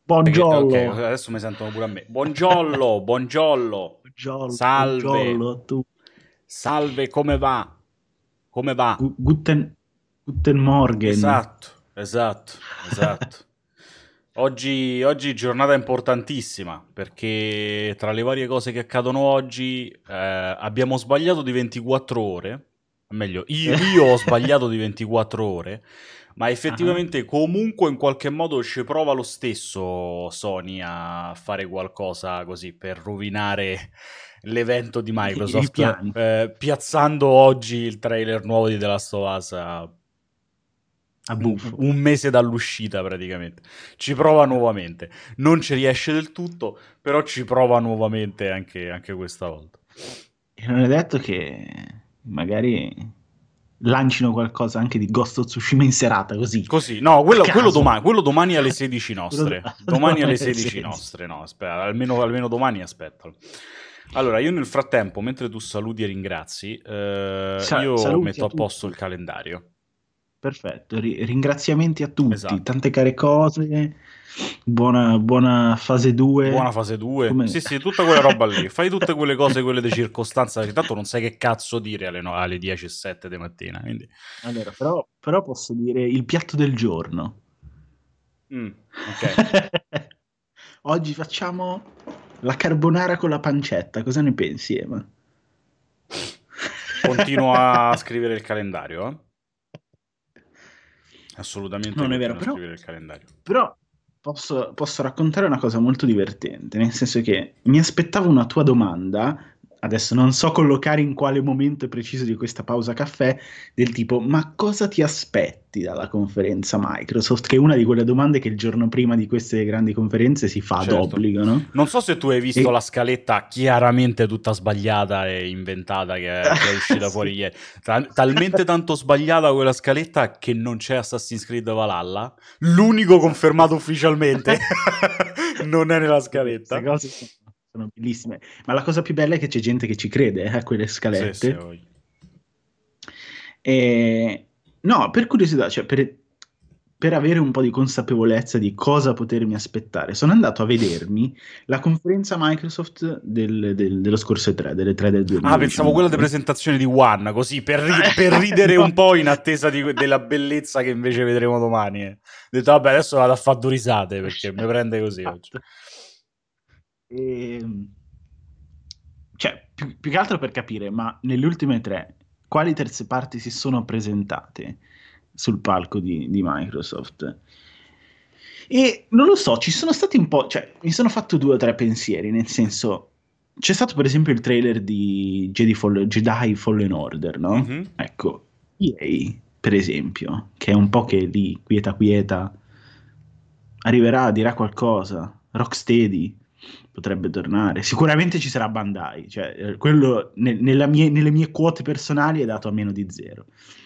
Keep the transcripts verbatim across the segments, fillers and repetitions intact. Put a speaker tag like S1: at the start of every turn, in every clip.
S1: Perché- ok,
S2: Buongiorno,
S1: adesso mi sentono pure a me. Buongiorno, buongiorno.
S2: buongiorno, buongiorno
S1: Salve,
S2: a tu.
S1: salve, come va? Come va?
S2: Gu- Guten, guten Morgen.
S1: Esatto, esatto, esatto. Oggi, oggi giornata importantissima perché tra le varie cose che accadono oggi eh, abbiamo sbagliato di ventiquattro ore, o meglio, io, io ho sbagliato di ventiquattro ore, ma
S2: Ah,
S1: effettivamente comunque in qualche modo ci prova lo stesso Sony a fare qualcosa così per rovinare l'evento di
S2: i, i
S1: Microsoft,
S2: piani.
S1: eh, piazzando oggi il trailer nuovo di The Last of Us a
S2: A
S1: un,
S2: buffo.
S1: un mese dall'uscita praticamente. Ci prova nuovamente. Non ci riesce del tutto, però ci prova nuovamente anche, anche questa volta.
S2: E non è detto che magari lancino qualcosa anche di Ghost of Tsushima in serata, così,
S1: Così, no,
S2: a
S1: quello, quello
S2: caso.
S1: domani, quello domani alle sedici
S2: Quello
S1: nostre. Domani
S2: domani
S1: alle
S2: alle
S1: sedici
S2: sedici.
S1: nostre, no, aspetta, almeno, almeno domani aspettalo. Allora, io nel frattempo, mentre tu saluti e ringrazi, eh,
S2: Sa-
S1: io
S2: saluti
S1: metto
S2: a
S1: a posto il
S2: tutti.
S1: calendario.
S2: Perfetto, ri- ringraziamenti a tutti,
S1: Esatto.
S2: tante care cose, buona, buona fase
S1: Buona
S2: due.
S1: fase due.
S2: Come...
S1: Sì, sì, tutta quella roba lì. Fai tutte quelle cose, quelle di circostanza, perché tanto non sai che cazzo dire alle, no- alle dieci e sette di mattina. Quindi...
S2: Allora, però, però posso dire il piatto del giorno.
S1: Mm, ok.
S2: Oggi facciamo la carbonara con la pancetta, cosa ne pensi, Ema?
S1: Continuo a scrivere il calendario, eh? Assolutamente
S2: Non è vero,
S1: continuo a
S2: però,
S1: scrivere il calendario.
S2: però posso, posso raccontare una cosa molto divertente, nel senso che mi aspettavo una tua domanda, adesso non so collocare in quale momento preciso di questa pausa caffè, del tipo, ma cosa ti aspetti dalla conferenza Microsoft? Che è una di quelle domande che il giorno prima di queste grandi conferenze si fa
S1: Certo.
S2: d'obbligo, no?
S1: Non so se tu hai visto
S2: E...
S1: la scaletta chiaramente tutta sbagliata e inventata che è, che è uscita
S2: Sì.
S1: fuori ieri. Tra- talmente tanto sbagliata quella scaletta che non c'è Assassin's Creed Valhalla. L'unico
S2: Esatto.
S1: confermato ufficialmente non è nella
S2: Queste
S1: scaletta.
S2: cose sono, sono bellissime. Ma la cosa più bella è che c'è gente che ci crede eh, a quelle
S1: Sì, sì,
S2: scalette.
S1: voglio.
S2: E... No, per curiosità, cioè per, per avere un po' di consapevolezza di cosa potermi aspettare, sono andato a vedermi la conferenza Microsoft del- del- dello scorso E tre, delle tre del
S1: Ah, pensavo quella di
S2: duemiladiciannove.
S1: presentazione di One, così per, ri- per ridere un
S2: No,
S1: po' in attesa di- della bellezza che invece vedremo domani. eh. Ho detto, vabbè, adesso vado a fare due risate perché mi prende così oggi.
S2: esatto. E, cioè, più, più che altro per capire, ma nelle ultime tre, quali terze parti si sono presentate sul palco di, di Microsoft? E non lo so, ci sono stati un po', cioè, mi sono fatto due o tre pensieri, nel senso, c'è stato per esempio il trailer di Jedi, Fall- Jedi Fallen Order, no?
S1: Mhm.
S2: Ecco, E A, per esempio, che è un po' che lì, quieta quieta, arriverà, dirà qualcosa. Rocksteady potrebbe tornare. Sicuramente ci sarà Bandai, cioè eh, quello ne- nella mie- nelle mie quote personali è dato a meno di zero.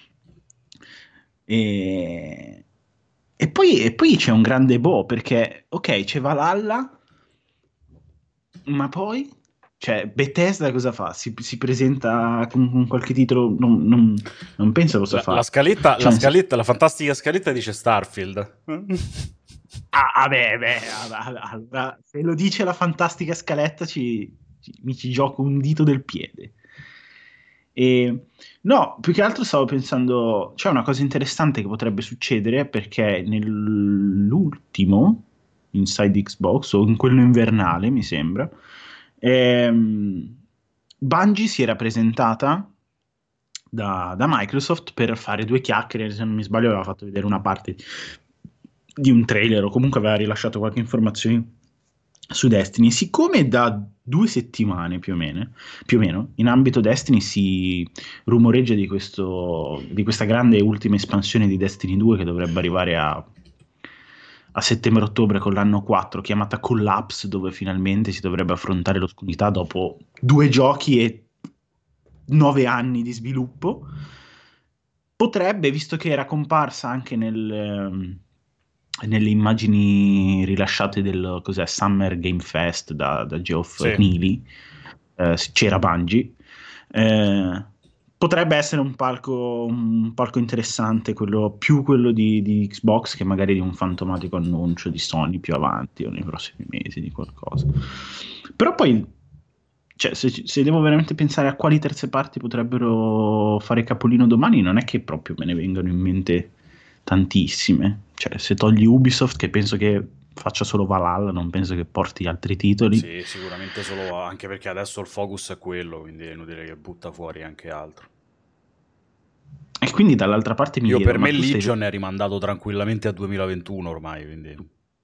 S2: E, e poi, e poi c'è un grande boh, perché ok, c'è Valhalla, ma poi, cioè, Bethesda cosa fa? Si, si presenta con, con qualche titolo, non, non- non penso possa
S1: La, la
S2: fare.
S1: scaletta, la
S2: Cioè, nel senso-
S1: scaletta, la fantastica scaletta dice Starfield.
S2: ah, ah, beh, beh, allora, allora, se lo dice la fantastica scaletta, ci, ci- mi ci gioco un dito del piede. E, no, più che altro stavo pensando, c'è una cosa interessante che potrebbe succedere perché nell'ultimo Inside Xbox o in quello invernale, mi sembra, ehm, Bungie si era presentata da, da Microsoft per fare due chiacchiere, se non mi sbaglio aveva fatto vedere una parte di un trailer o comunque aveva rilasciato qualche informazione su Destiny. Siccome da due settimane più o meno, più o meno in ambito Destiny si rumoreggia di, questo, di questa grande ultima espansione di Destiny due che dovrebbe arrivare a, a settembre-ottobre con l'anno quattro, chiamata Collapse, dove finalmente si dovrebbe affrontare l'oscurità dopo due giochi e nove anni di sviluppo. Potrebbe, visto che era comparsa anche nel, ehm, nelle immagini rilasciate del cos'è, Summer Game Fest da, da Geoff
S1: Sì.
S2: Keighley, eh, c'era Bungie, eh, potrebbe essere un palco, un palco interessante, quello, più quello di, di Xbox che magari di un fantomatico annuncio di Sony più avanti o nei prossimi mesi di qualcosa. Però poi, cioè, se, se devo veramente pensare a quali terze parti potrebbero fare capolino domani, non è che proprio me ne vengano in mente tantissime. Cioè, se togli Ubisoft, che penso che faccia solo Valhalla, non penso che porti altri titoli.
S1: Sì, sicuramente solo anche perché adesso il focus è quello, quindi è inutile che butta fuori anche altro.
S2: E quindi dall'altra parte mi
S1: Io
S2: chiedo,
S1: per
S2: ma
S1: me
S2: tu stai...
S1: Legion è rimandato tranquillamente a duemilaventuno ormai, quindi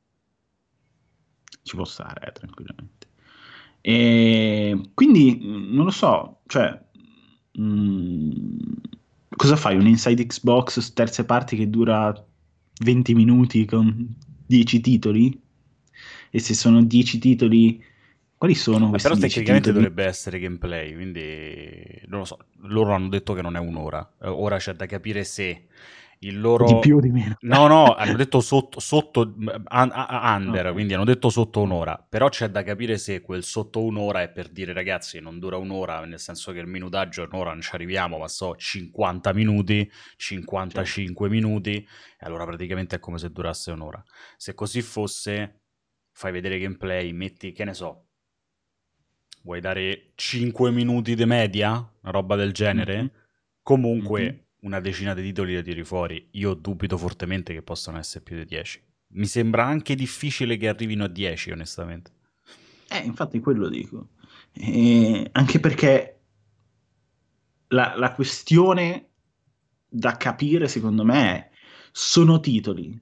S2: Ci può stare, eh, tranquillamente. E quindi mh, non lo so, cioè, mh, cosa fai? Un inside Xbox su terze parti che dura venti minuti con dieci titoli? E se sono dieci titoli, quali sono
S1: eh, però
S2: questi dieci
S1: tecnicamente
S2: titoli?
S1: dovrebbe essere gameplay, quindi non lo so. Loro hanno detto che non è un'ora. Eh, ora c'è da capire se il
S2: Di più
S1: loro...
S2: o di meno?
S1: No, no, hanno detto sotto, sotto mm, un- a- under,
S2: Ok.
S1: quindi hanno detto sotto un'ora. Però c'è da capire se quel sotto un'ora è per dire ragazzi non dura un'ora, nel senso che il minutaggio è un'ora non ci arriviamo, ma so cinquanta minuti,
S2: Certo.
S1: cinquantacinque minuti, e allora praticamente è come se durasse un'ora. Se così fosse, fai vedere gameplay, metti, che ne so, vuoi dare cinque minuti di media? Una roba del
S2: Mhm,
S1: genere?
S2: mhm.
S1: Comunque una decina di titoli da tiri fuori. Io dubito fortemente che possano essere più di dieci. Mi sembra anche difficile che arrivino a dieci, onestamente.
S2: Eh, infatti quello dico. E anche perché la, la questione da capire, secondo me, è sono titoli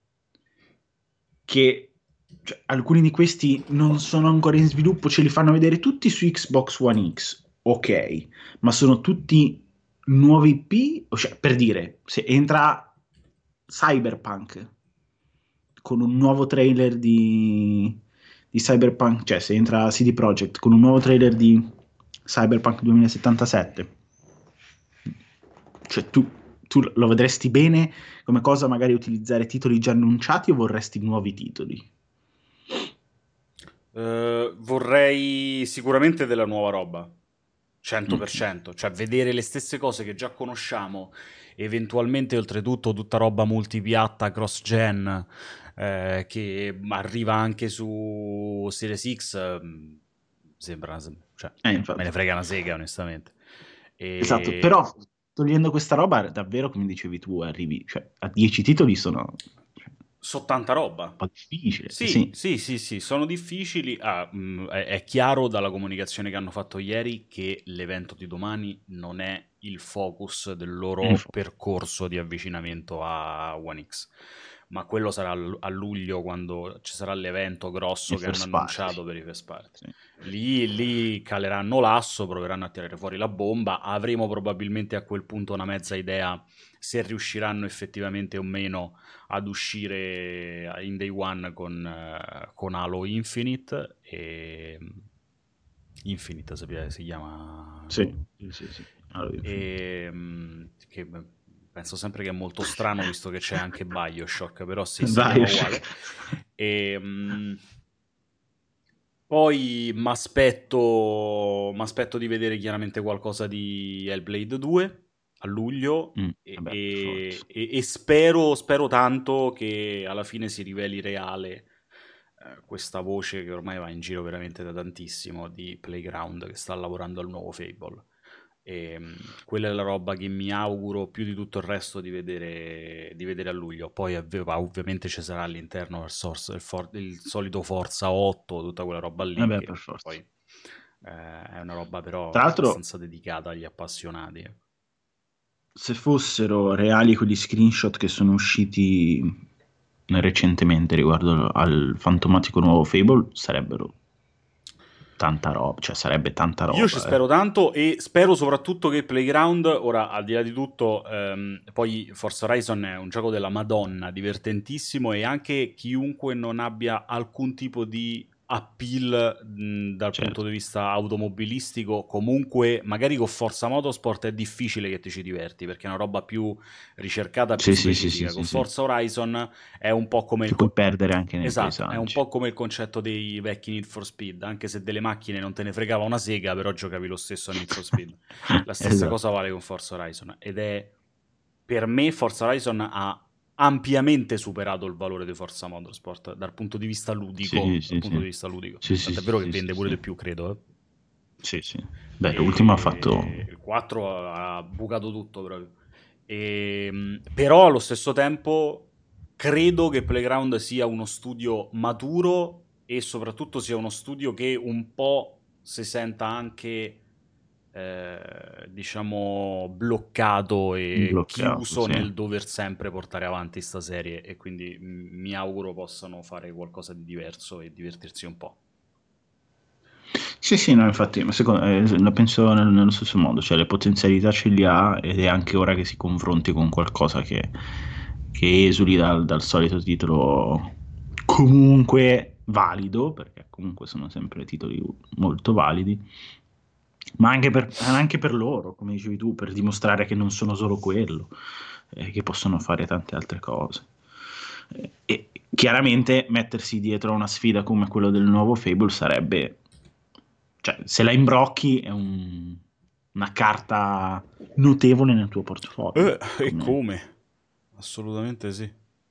S2: che cioè, alcuni di questi non sono ancora in sviluppo, ce li fanno vedere tutti su Xbox One X, ok, ma sono tutti nuovi I P, O cioè, per dire, se entra Cyberpunk con un nuovo trailer di, di Cyberpunk, cioè se entra C D Projekt con un nuovo trailer di Cyberpunk duemilasettantasette, cioè tu, tu lo vedresti bene come cosa magari utilizzare titoli già annunciati o vorresti nuovi titoli?
S1: Eh, vorrei sicuramente della nuova roba.
S2: Mm.
S1: cento per cento, cioè vedere le stesse cose che già conosciamo, eventualmente oltretutto tutta roba multipiatta, cross-gen, eh, che arriva anche su Series X, mm, sembra, cioè,
S2: Eh,
S1: me ne
S2: infatti.
S1: frega una sega, onestamente.
S2: Esatto,
S1: E...
S2: però togliendo questa roba, davvero, come dicevi tu, arrivi, cioè, a dieci titoli sono cioè, un
S1: So tanta roba.
S2: po' difficile,
S1: Sì,
S2: sì.
S1: sì, sì, sì, sono difficili. Ah, mh, è, è chiaro dalla comunicazione che hanno fatto ieri che l'evento di domani non è il focus del loro
S2: Info.
S1: percorso di avvicinamento a One X, ma quello sarà a lu- a luglio quando ci sarà l'evento
S2: E
S1: grosso che hanno
S2: first party.
S1: annunciato per i first party.
S2: Sì.
S1: Lì, lì caleranno l'asso, proveranno a tirare fuori la bomba. Avremo probabilmente a quel punto una mezza idea se riusciranno effettivamente o meno ad uscire in day one con, eh, con Halo Infinite e Infinite si, si chiama
S2: Sì, sì, sì, sì. Allora, Infinite.
S1: e, mm, che penso sempre che è molto strano visto che c'è anche Bioshock, però sì, si chiama
S2: Bioshock.
S1: uguale. E, mm, poi mi aspetto di vedere chiaramente qualcosa di Hellblade due a luglio
S2: Mm,
S1: e,
S2: vabbè, per
S1: e-
S2: forza.
S1: e- e spero, spero tanto che alla fine si riveli reale eh, questa voce che ormai va in giro veramente da tantissimo di Playground che sta lavorando al nuovo Fable. E, mh, quella è la roba che mi auguro più di tutto il resto di vedere, di vedere a luglio. Poi ovvi- ovviamente ci sarà all'interno il, source- il for- il solito Forza otto, tutta quella roba lì,
S2: Vabbè,
S1: che
S2: per forza.
S1: poi eh, è una roba però
S2: Tra l'altro,
S1: abbastanza dedicata agli appassionati.
S2: se fossero reali quegli screenshot che sono usciti recentemente riguardo al fantomatico nuovo Fable, sarebbero tanta roba, cioè sarebbe tanta
S1: Io ci
S2: roba, eh.
S1: spero tanto e spero soprattutto che Playground, ora al di là di tutto, ehm, poi Forza Horizon è un gioco della Madonna, divertentissimo e anche chiunque non abbia alcun tipo di appeal mh, dal
S2: Certo.
S1: punto di vista automobilistico. Comunque magari con Forza Motorsport è difficile che ti ci diverti perché è una roba più ricercata, più
S2: Sì, sì, sì, sì,
S1: specifica. Con
S2: sì, sì.
S1: Forza Horizon è un po' come il
S2: Ti puoi
S1: co-
S2: perdere anche nei
S1: esatto, è un
S2: paesaggi.
S1: po' come il concetto dei vecchi Need for Speed, anche se delle macchine non te ne fregava una sega, però giocavi lo stesso a Need for Speed. La stessa cosa
S2: Esatto.
S1: vale con Forza Horizon ed è per me Forza Horizon ha ampiamente superato il valore di Forza Motorsport dal punto di vista ludico,
S2: Sì,
S1: dal
S2: sì,
S1: punto
S2: sì.
S1: di vista ludico.
S2: Sì, sì,
S1: Tant'è
S2: sì,
S1: vero che
S2: sì, sì,
S1: vende pure
S2: sì.
S1: di più, credo.
S2: Sì, sì. Beh,
S1: Eh.
S2: l'ultimo ha fatto...
S1: E il quattro ha bucato tutto proprio. E, mh, però allo stesso tempo credo che Playground sia uno studio maturo e soprattutto sia uno studio che un po' si senta anche eh, diciamo bloccato e
S2: bloccato,
S1: chiuso
S2: sì.
S1: nel dover sempre portare avanti sta serie e quindi mh, mi auguro possano fare qualcosa di diverso e divertirsi un po'.
S2: Sì, sì, no, infatti, ma secondo, eh, la penso nel- nello stesso modo, cioè le potenzialità ce li ha ed è anche ora che si confronti con qualcosa che, che esuli dal, dal solito titolo comunque valido, perché comunque sono sempre titoli molto validi, ma anche per, anche per loro, come dicevi tu, per dimostrare che non sono solo quello, eh, che possono fare tante altre cose. Eh, E chiaramente mettersi dietro a una sfida come quella del nuovo Fable sarebbe, cioè, se la imbrocchi è un- una carta notevole nel tuo portfolio.
S1: Eh, e
S2: Come...
S1: come? Assolutamente sì.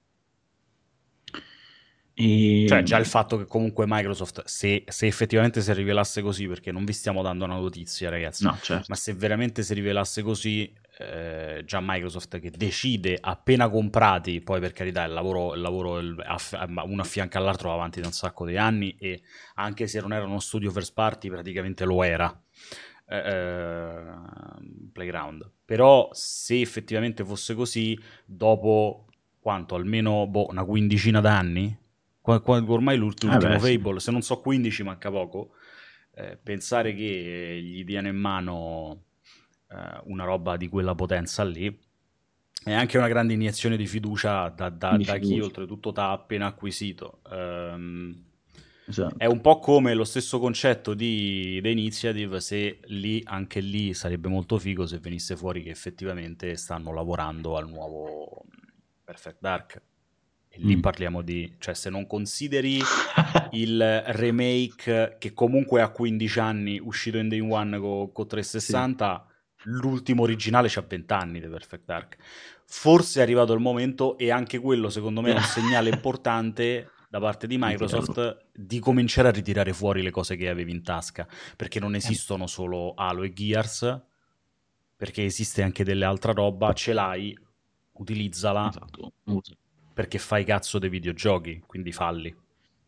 S1: Cioè,
S2: E...
S1: già il fatto che comunque Microsoft, se, se effettivamente si rivelasse così, perché non vi stiamo dando una notizia, ragazzi,
S2: No,
S1: ma
S2: certo.
S1: se veramente si rivelasse così, eh, già Microsoft che decide, appena comprati, poi per carità il lavoro, il lavoro il- aff- uno a fianco all'altro va avanti da un sacco di anni e anche se non era uno studio first party, praticamente lo era. eh, eh, Playground. Però se effettivamente fosse così, dopo quanto? Almeno boh, una quindicina d'anni? Qua- qua- ormai l'ult-
S2: Eh
S1: l'ultimo
S2: beh, sì.
S1: Fable, se non so quindici, manca poco. Eh, pensare che gli diano in mano eh, una roba di quella potenza lì è anche una grande iniezione di fiducia da, da-
S2: Di
S1: da chi
S2: fiducia.
S1: oltretutto t'ha appena acquisito. Ehm, è
S2: Esatto.
S1: un po' come lo stesso concetto di The Initiative, se lì, anche lì sarebbe molto figo se venisse fuori che effettivamente stanno lavorando al nuovo Perfect Dark. E lì
S2: Mm.
S1: parliamo di, cioè se non consideri il remake che comunque ha quindici anni, uscito in Day One con, con
S2: Sì.
S1: trecentosessanta, l'ultimo originale c'ha venti anni di Perfect Dark. Forse è arrivato il momento, e anche quello secondo me è un segnale importante da parte di
S2: Di tirarlo.
S1: Microsoft di cominciare a ritirare fuori le cose che avevi in tasca, perché non
S2: Eh,
S1: esistono solo Halo e Gears, perché esiste anche delle altre roba, ce l'hai, utilizzala
S2: esatto.
S1: perché fai cazzo dei videogiochi, quindi falli.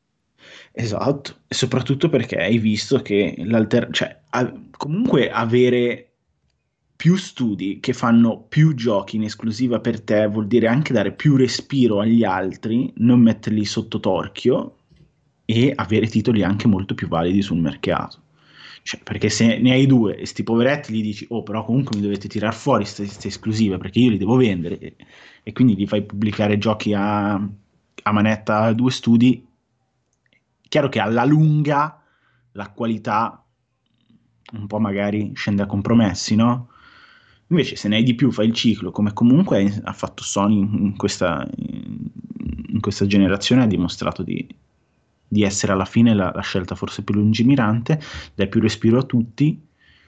S2: Esatto, e soprattutto perché hai visto che l'alter... cioè, a- comunque avere più studi che fanno più giochi in esclusiva per te vuol dire anche dare più respiro agli altri, non metterli sotto torchio e avere titoli anche molto più validi sul mercato. Cioè, perché se ne hai due e sti poveretti gli dici, oh, però comunque mi dovete tirar fuori queste esclusive perché io li devo vendere e, e quindi gli fai pubblicare giochi a, a manetta a due studi, chiaro che alla lunga la qualità un po' magari scende a compromessi, no? Invece se ne hai di più fai il ciclo, come comunque ha fatto Sony in questa, in questa generazione, ha dimostrato di, di essere alla fine la, la scelta forse più lungimirante, dai più respiro a tutti.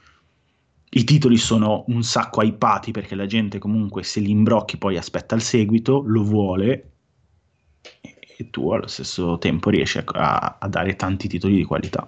S2: I titoli sono un sacco hypati perché la gente comunque se li imbrocchi poi aspetta il seguito, lo vuole e, e tu allo stesso tempo riesci a, a- a dare tanti titoli di qualità.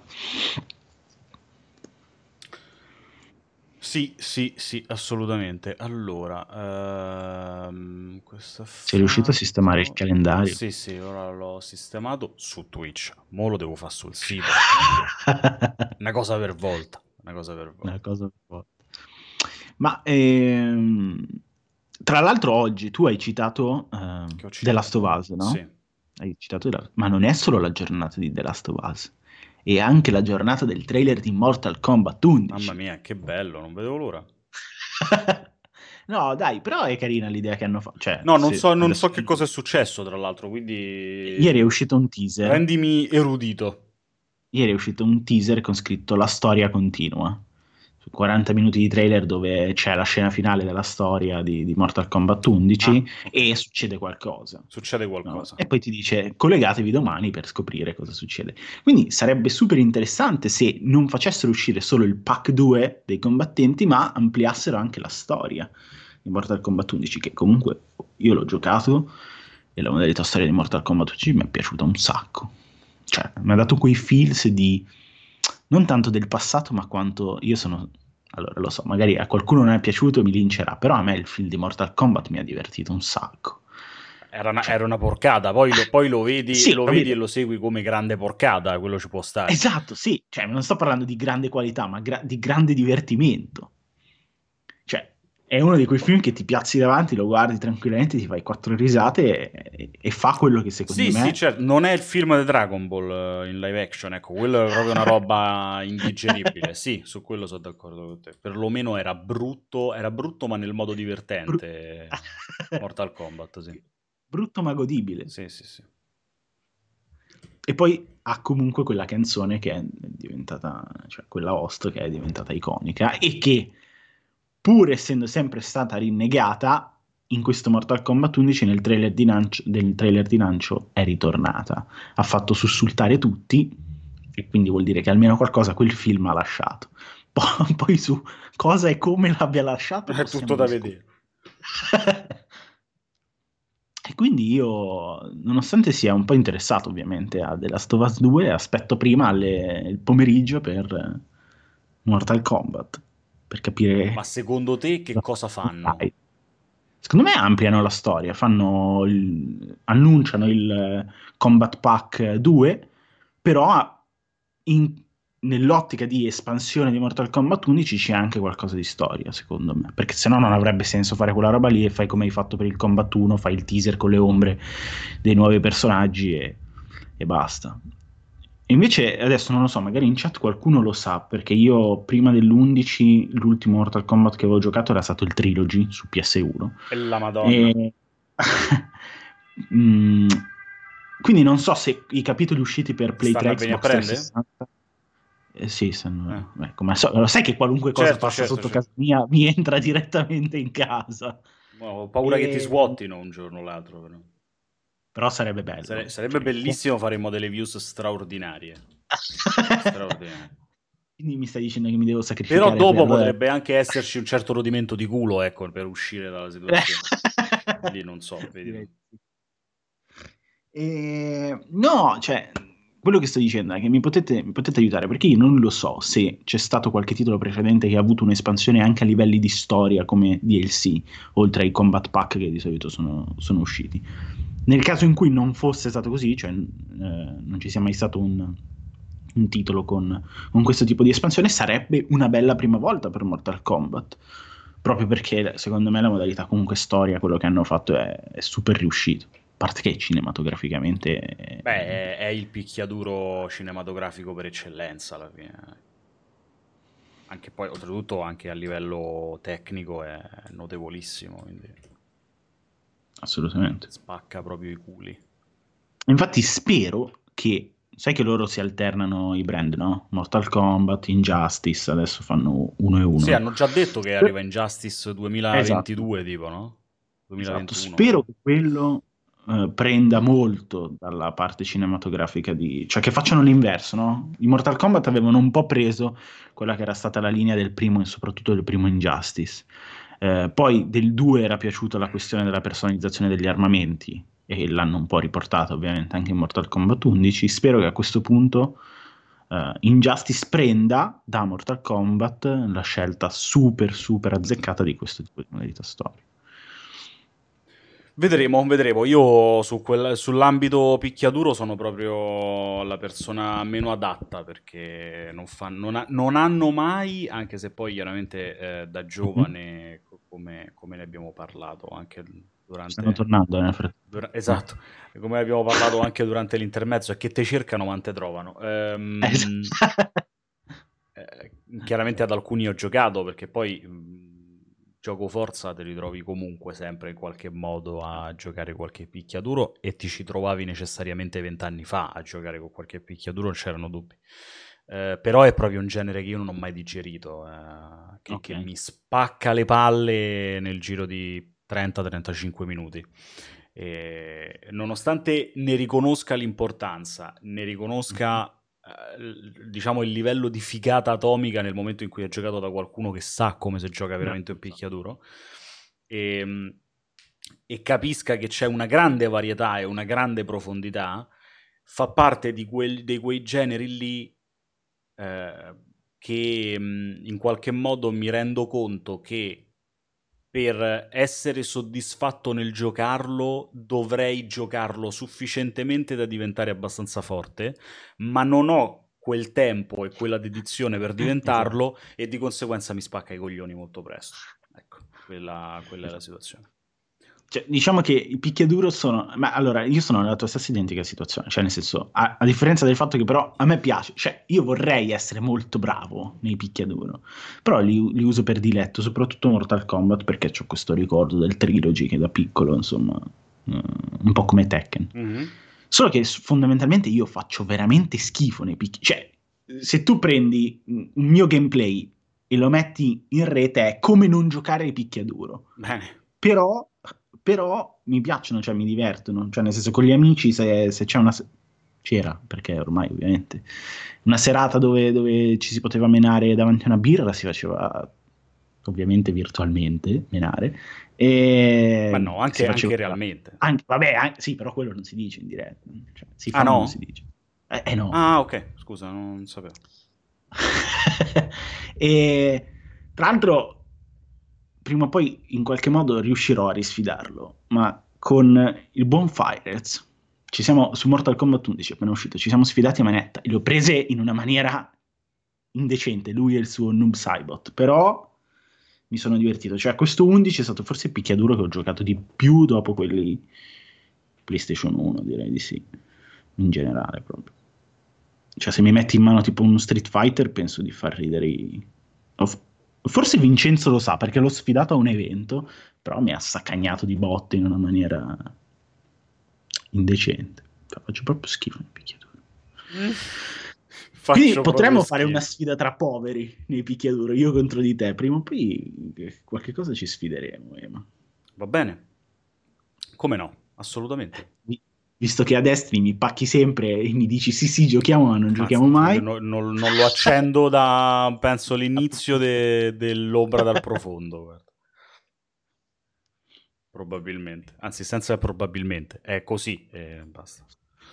S1: Sì, sì, sì, assolutamente. Allora, ehm, questo è
S2: Sei riuscito a sistemare il
S1: fatto.
S2: calendario?
S1: Sì, sì, ora l'ho sistemato su Twitch. Mo' lo devo fare sul sito. Una cosa per volta. Una cosa per
S2: Una
S1: volta.
S2: cosa forte. Ma ehm, tra l'altro oggi tu hai citato ehm,
S1: Che ho
S2: The Last of
S1: citato?
S2: Us, no?
S1: Sì.
S2: Hai citato The Last- Ma non è solo la giornata di The Last of Us, è anche la giornata del trailer di Mortal Kombat
S1: Mamma
S2: undici.
S1: mia, che bello, non vedevo l'ora.
S2: No, dai, però è carina l'idea che hanno fatto. Cioè,
S1: No, non
S2: se
S1: so, non
S2: adesso
S1: so che cosa è successo, tra l'altro, quindi
S2: ieri è uscito un teaser.
S1: rendimi erudito.
S2: ieri è uscito un teaser con scritto La storia continua. Su quaranta minuti di trailer dove c'è la scena finale della storia di, di Mortal Kombat
S1: Ah,
S2: undici
S1: ok.
S2: e succede qualcosa.
S1: Succede
S2: No?
S1: qualcosa.
S2: E poi ti dice collegatevi domani per scoprire cosa succede. Quindi sarebbe super interessante se non facessero uscire solo il pack due dei combattenti, ma ampliassero anche la storia di Mortal Kombat undici, che comunque io l'ho giocato e la modalità storia di Mortal Kombat undici mi è piaciuta un sacco. Cioè, mi ha dato quei feels di non tanto del passato, ma quanto io sono. Allora, lo so, magari a qualcuno non è piaciuto e mi lincerà, però a me il film di Mortal Kombat mi ha divertito un sacco.
S1: Era una,
S2: Cioè,
S1: era una porcata, poi lo, poi lo vedi,
S2: sì,
S1: lo
S2: lo
S1: vedi e
S2: vedo.
S1: lo segui come grande porcata, quello ci può stare.
S2: Esatto, sì, cioè, non sto parlando di grande qualità, ma gra- di grande divertimento. Cioè, è uno di quei film che ti piazzi davanti, lo guardi tranquillamente, ti fai quattro risate e, e- e fa quello che secondo
S1: Sì, sì,
S2: me.
S1: certo, non è il film di Dragon Ball eh, in live action, ecco, quello è proprio una roba indigeribile. Sì, su quello sono d'accordo con te. Perlomeno era brutto, era brutto ma nel modo
S2: bru-
S1: divertente. Mortal Kombat, sì.
S2: brutto ma godibile.
S1: Sì, sì, sì.
S2: E poi ha comunque quella canzone che è diventata, cioè quella host che è diventata iconica e che, pur essendo sempre stata rinnegata, in questo Mortal Kombat undici nel trailer di lancio, del trailer di lancio è ritornata. Ha fatto sussultare tutti e quindi vuol dire che almeno qualcosa quel film ha lasciato. Poi, poi su cosa e come l'abbia lasciato
S1: È tutto
S2: possiamo
S1: da
S2: discutere.
S1: vedere.
S2: E quindi io, nonostante sia un po' interessato ovviamente a The Last of Us due, aspetto prima alle- il pomeriggio per eh, Mortal Kombat, per
S1: Ma
S2: capire
S1: secondo te che
S2: cosa
S1: cosa
S2: fai.
S1: fanno?
S2: Secondo me ampliano la storia, fanno il- annunciano il eh, Combat Pack due, però in- nell'ottica di espansione di Mortal Kombat undici c'è anche qualcosa di storia, secondo me, perché se no non avrebbe senso fare quella roba lì e fai come hai fatto per il Combat uno, fai il teaser con le ombre dei nuovi personaggi e, e basta. Invece adesso non lo so, magari in chat qualcuno lo sa, perché io prima dell'undici, l'ultimo Mortal Kombat che avevo giocato era stato il Trilogy su P S uno.
S1: E la Madonna.
S2: E... Mm, quindi non so se i capitoli usciti per Play
S1: Stanno a
S2: tre,
S1: venire a
S2: Xbox
S1: prendere?
S2: trecentosessanta. Eh, sì,
S1: Eh.
S2: stanno- beh, come al so- lo sai che qualunque cosa
S1: Certo,
S2: passa
S1: certo,
S2: sotto
S1: certo.
S2: casa mia mi entra direttamente in casa.
S1: Ma ho paura che ti
S2: E-
S1: svuottino un giorno o l'altro, però.
S2: Però sarebbe
S1: Sare-
S2: bello.
S1: sarebbe
S2: Cioè,
S1: bellissimo, faremmo delle views straordinarie. Straordinarie.
S2: quindi mi stai dicendo che mi devo
S1: Però
S2: sacrificare
S1: dopo
S2: per.
S1: potrebbe anche esserci un certo rodimento di culo, ecco, per uscire dalla situazione. Lì non so, vedi tu.
S2: Direi di sì. E, no, cioè, quello che sto dicendo è che mi potete, mi potete aiutare perché io non lo so se c'è stato qualche titolo precedente che ha avuto un'espansione anche a livelli di storia come D L C, oltre ai combat pack che di solito sono, sono usciti. Nel caso in cui non fosse stato così, cioè eh, non ci sia mai stato un, un titolo con, con questo tipo di espansione, sarebbe una bella prima volta per Mortal Kombat. Proprio perché secondo me la modalità comunque storia, quello che hanno fatto è, è super riuscito. A parte che cinematograficamente è-
S1: Beh, è, è il picchiaduro cinematografico per eccellenza alla fine. Anche poi, oltretutto, anche a livello tecnico è notevolissimo, quindi
S2: assolutamente.
S1: spacca proprio i culi.
S2: Infatti spero che, sai che loro si alternano i brand, no? Mortal Kombat, Injustice, adesso fanno uno e
S1: Sì,
S2: uno.
S1: hanno già detto che
S2: Sper-
S1: arriva Injustice
S2: Esatto.
S1: duemilaventidue, tipo, no?
S2: Esatto,
S1: duemilaventuno,
S2: spero
S1: no?
S2: che quello eh, prenda molto dalla parte cinematografica di. Cioè che facciano l'inverso, no? I Mortal Kombat avevano un po' preso quella che era stata la linea del primo e soprattutto del primo Injustice. Eh, poi del due era piaciuta la questione della personalizzazione degli armamenti e l'hanno un po' riportata ovviamente anche in Mortal Kombat undici. Spero che a questo punto eh, Injustice prenda da Mortal Kombat la scelta super super azzeccata di questo tipo di modalità storica.
S1: Vedremo, vedremo. Io su quel- sull'ambito picchiaduro sono proprio la persona meno adatta perché non, fan- non ha- non hanno mai, anche se poi chiaramente eh, da
S2: Mhm.
S1: giovane, co- come, come ne abbiamo parlato anche
S2: Stanno
S1: durante...
S2: tornando nel
S1: dura-
S2: frattempo. Eh.
S1: esatto, come abbiamo parlato anche durante l'intermezzo, è che te cercano ma te trovano. Ehm,
S2: Esatto.
S1: eh, chiaramente ad alcuni ho giocato perché poi mh, gioco forza te li trovi comunque sempre in qualche modo a giocare qualche picchiaduro e ti ci trovavi necessariamente vent'anni fa a giocare con qualche picchiaduro, non c'erano dubbi. Eh, però è proprio un genere che io non ho mai digerito, eh, che,
S2: Ok.
S1: che mi spacca le palle nel giro di trenta trentacinque minuti. E nonostante ne riconosca l'importanza, ne
S2: Mhm.
S1: riconosca eh, diciamo il livello di figata atomica nel momento in cui è giocato da qualcuno che sa come si gioca veramente un
S2: Bravissimo.
S1: picchiaduro e, e capisca che c'è una grande varietà e una grande profondità, fa parte di, quel, di quei generi lì eh, che mh, in qualche modo mi rendo conto che per essere soddisfatto nel giocarlo dovrei giocarlo sufficientemente da diventare abbastanza forte, ma non ho quel tempo e quella dedizione per
S2: Esatto.
S1: diventarlo e di conseguenza mi spacca i coglioni molto presto. Ecco, quella, quella è la
S2: Esatto.
S1: situazione.
S2: Cioè, diciamo che i picchiaduro sono... Ma allora, io sono nella tua stessa identica situazione, cioè nel senso, a, a differenza del fatto che però a me piace, cioè io vorrei essere molto bravo nei picchiaduro, però li, li uso per diletto, soprattutto Mortal Kombat, perché ho questo ricordo del trilogy che da piccolo, insomma, eh, un po' come Tekken.
S1: Mhm.
S2: Solo che s- fondamentalmente io faccio veramente schifo nei picchi, cioè se tu prendi un un mio gameplay e lo metti in rete è come non giocare ai picchiaduro.
S1: Bene.
S2: Però, però mi piacciono, cioè mi divertono, cioè nel senso con gli amici se, se c'è una... se- c'era, perché ormai ovviamente, una serata dove, dove ci si poteva menare davanti a una birra, si faceva ovviamente virtualmente menare,
S1: Ma
S2: e
S1: no,
S2: si
S1: anche,
S2: faceva...
S1: anche realmente.
S2: Anche, vabbè, an- sì, però quello non si dice in diretta, cioè, si
S1: Ah
S2: fa ma non si
S1: no?
S2: dice. Eh, eh no.
S1: Ah, ok, scusa, non sapevo.
S2: E tra l'altro, prima o poi in qualche modo riuscirò a risfidarlo, ma con il buon Firez ci siamo su Mortal Kombat undici appena uscito, ci siamo sfidati a manetta e le ho prese in una maniera indecente, lui e il suo Noob Saibot, però mi sono divertito, cioè questo undici è stato forse il picchiaduro che ho giocato di più dopo quelli PlayStation uno, direi di sì, in generale proprio. Cioè, se mi metti in mano tipo uno Street Fighter, penso di far ridere i... o f- Forse Vincenzo lo sa perché l'ho sfidato a un evento, però mi ha saccagnato di botte in una maniera indecente. Cioè, faccio proprio schifo nel picchiaduro.
S1: Mm.
S2: Quindi
S1: Faccio proprio
S2: potremmo fare una
S1: schifo.
S2: sfida tra poveri nei picchiaduro, io contro di te. Prima o poi eh, qualche cosa ci sfideremo, Ema.
S1: Va bene? Come no? Assolutamente.
S2: Vi- Visto che a destri mi pacchi sempre e mi dici sì sì giochiamo ma non
S1: Mazza,
S2: giochiamo
S1: proprio
S2: mai.
S1: no- non, non lo accendo da, penso, l'inizio de- dell'ombra dal profondo, guarda. Probabilmente. Anzi, senza probabilmente. È così e basta.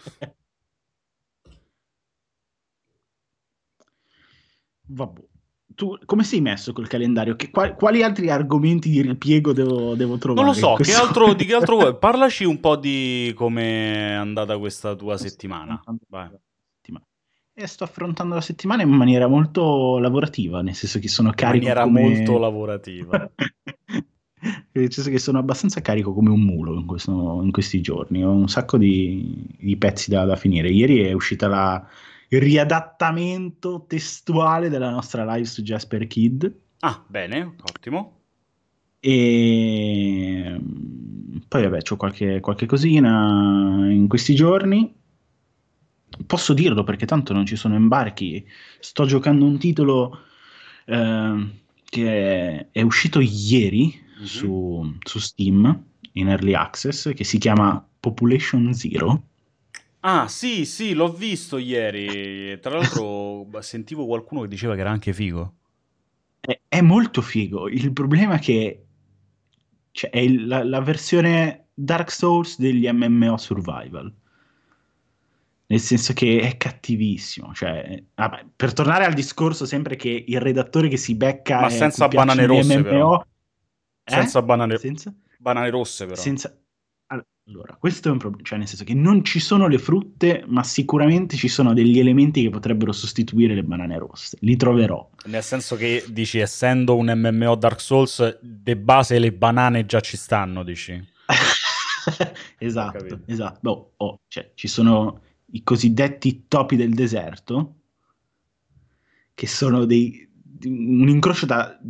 S2: Vabbè. Tu come sei messo col calendario? Che- qual- quali altri argomenti di ripiego devo, devo
S1: Non lo
S2: trovare in
S1: so, che
S2: questo
S1: altro, di che altro vuoi? Parlaci un po' di come è andata questa tua
S2: sto
S1: settimana.
S2: affrontando
S1: Vai.
S2: la settimana. E sto affrontando la settimana in maniera molto lavorativa, nel senso che sono
S1: In
S2: carico
S1: maniera molto
S2: come...
S1: lavorativa.
S2: Nel senso che sono abbastanza carico come un mulo in, questo- in questi giorni. Ho un sacco di, di pezzi da, da finire. Ieri è uscita la, il riadattamento testuale della nostra live su Jasper Kid.
S1: Ah, bene, ottimo.
S2: E poi vabbè, c'ho qualche, qualche cosina in questi giorni. Posso dirlo perché tanto non ci sono imbarchi. Sto giocando un titolo eh, che è, è uscito ieri
S1: Mhm.
S2: su, su Steam in Early Access che si chiama Population Zero.
S1: Ah, sì, sì, l'ho visto ieri. Tra l'altro, b- sentivo qualcuno che diceva che era anche figo.
S2: È, è molto figo. Il problema è che cioè, è il- la, la versione Dark Souls degli M M O Survival. Nel senso che è cattivissimo. Cioè, vabbè, per tornare al discorso, sempre che il redattore che si becca
S1: Ma
S2: e a cui
S1: senza banane
S2: piacciono gli
S1: rosse, però.
S2: M M O,
S1: Senza
S2: eh?
S1: banane,
S2: Senza?
S1: banane rosse, però.
S2: Senza... Allora, questo è un problema, cioè nel senso che non ci sono le frutte, ma sicuramente ci sono degli elementi che potrebbero sostituire le banane rosse. Li troverò.
S1: Nel senso che dici, essendo un M M O Dark Souls, de base le banane già ci stanno, dici. Ho
S2: Esatto,
S1: capito.
S2: esatto. Boh, oh, cioè, ci sono i cosiddetti topi del deserto, che sono dei, un incrocio da, dei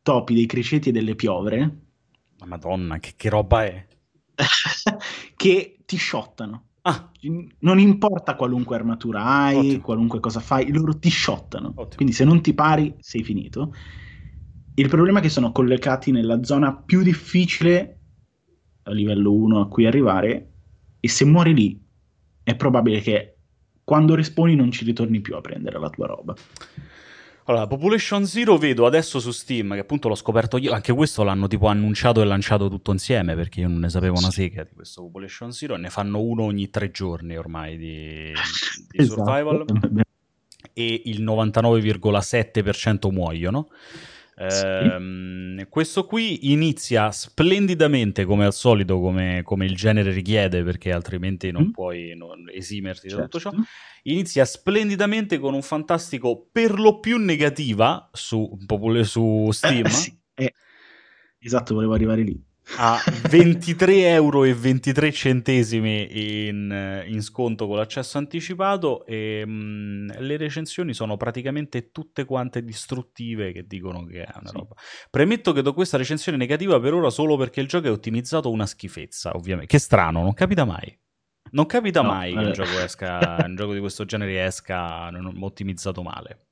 S2: topi, dei criceti e delle piovre
S1: Ma Madonna, che, che roba è?
S2: che ti shottano.
S1: Ah,
S2: Non importa qualunque armatura hai,
S1: ottimo,
S2: qualunque cosa fai, loro ti shottano.
S1: ottimo.
S2: Quindi se non ti pari, sei finito. Il problema è che sono collocati nella zona più difficile a livello uno a cui arrivare e se muori lì è probabile che quando respawni non ci ritorni più a prendere la tua roba.
S1: Allora, Population Zero vedo adesso su Steam, che appunto l'ho scoperto io, anche questo l'hanno tipo annunciato e lanciato tutto insieme, perché io non ne sapevo una
S2: Sì.
S1: sega di questo Population Zero, e ne fanno uno ogni tre giorni ormai di, di
S2: Esatto.
S1: survival, e il novantanove virgola sette per cento muoiono.
S2: Sì.
S1: Ehm, questo qui inizia splendidamente come al solito, come, come il genere richiede, perché altrimenti non
S2: Mm,
S1: puoi non esimerti da tutto ciò.
S2: certo.
S1: Inizia splendidamente con un fantastico per lo più negativa su, popol- su
S2: Eh,
S1: Steam
S2: sì, eh, esatto, volevo arrivare lì.
S1: a ventitré euro e ventitré centesimi in, in sconto con l'accesso anticipato e mh, le recensioni sono praticamente tutte quante distruttive che dicono che è una
S2: Sì.
S1: roba. Premetto che do questa recensione negativa per ora solo perché il gioco è ottimizzato una schifezza, ovviamente. Che strano, non capita mai. Non capita
S2: No,
S1: mai che un
S2: eh,
S1: gioco esca, un gioco di questo genere esca non- ottimizzato male.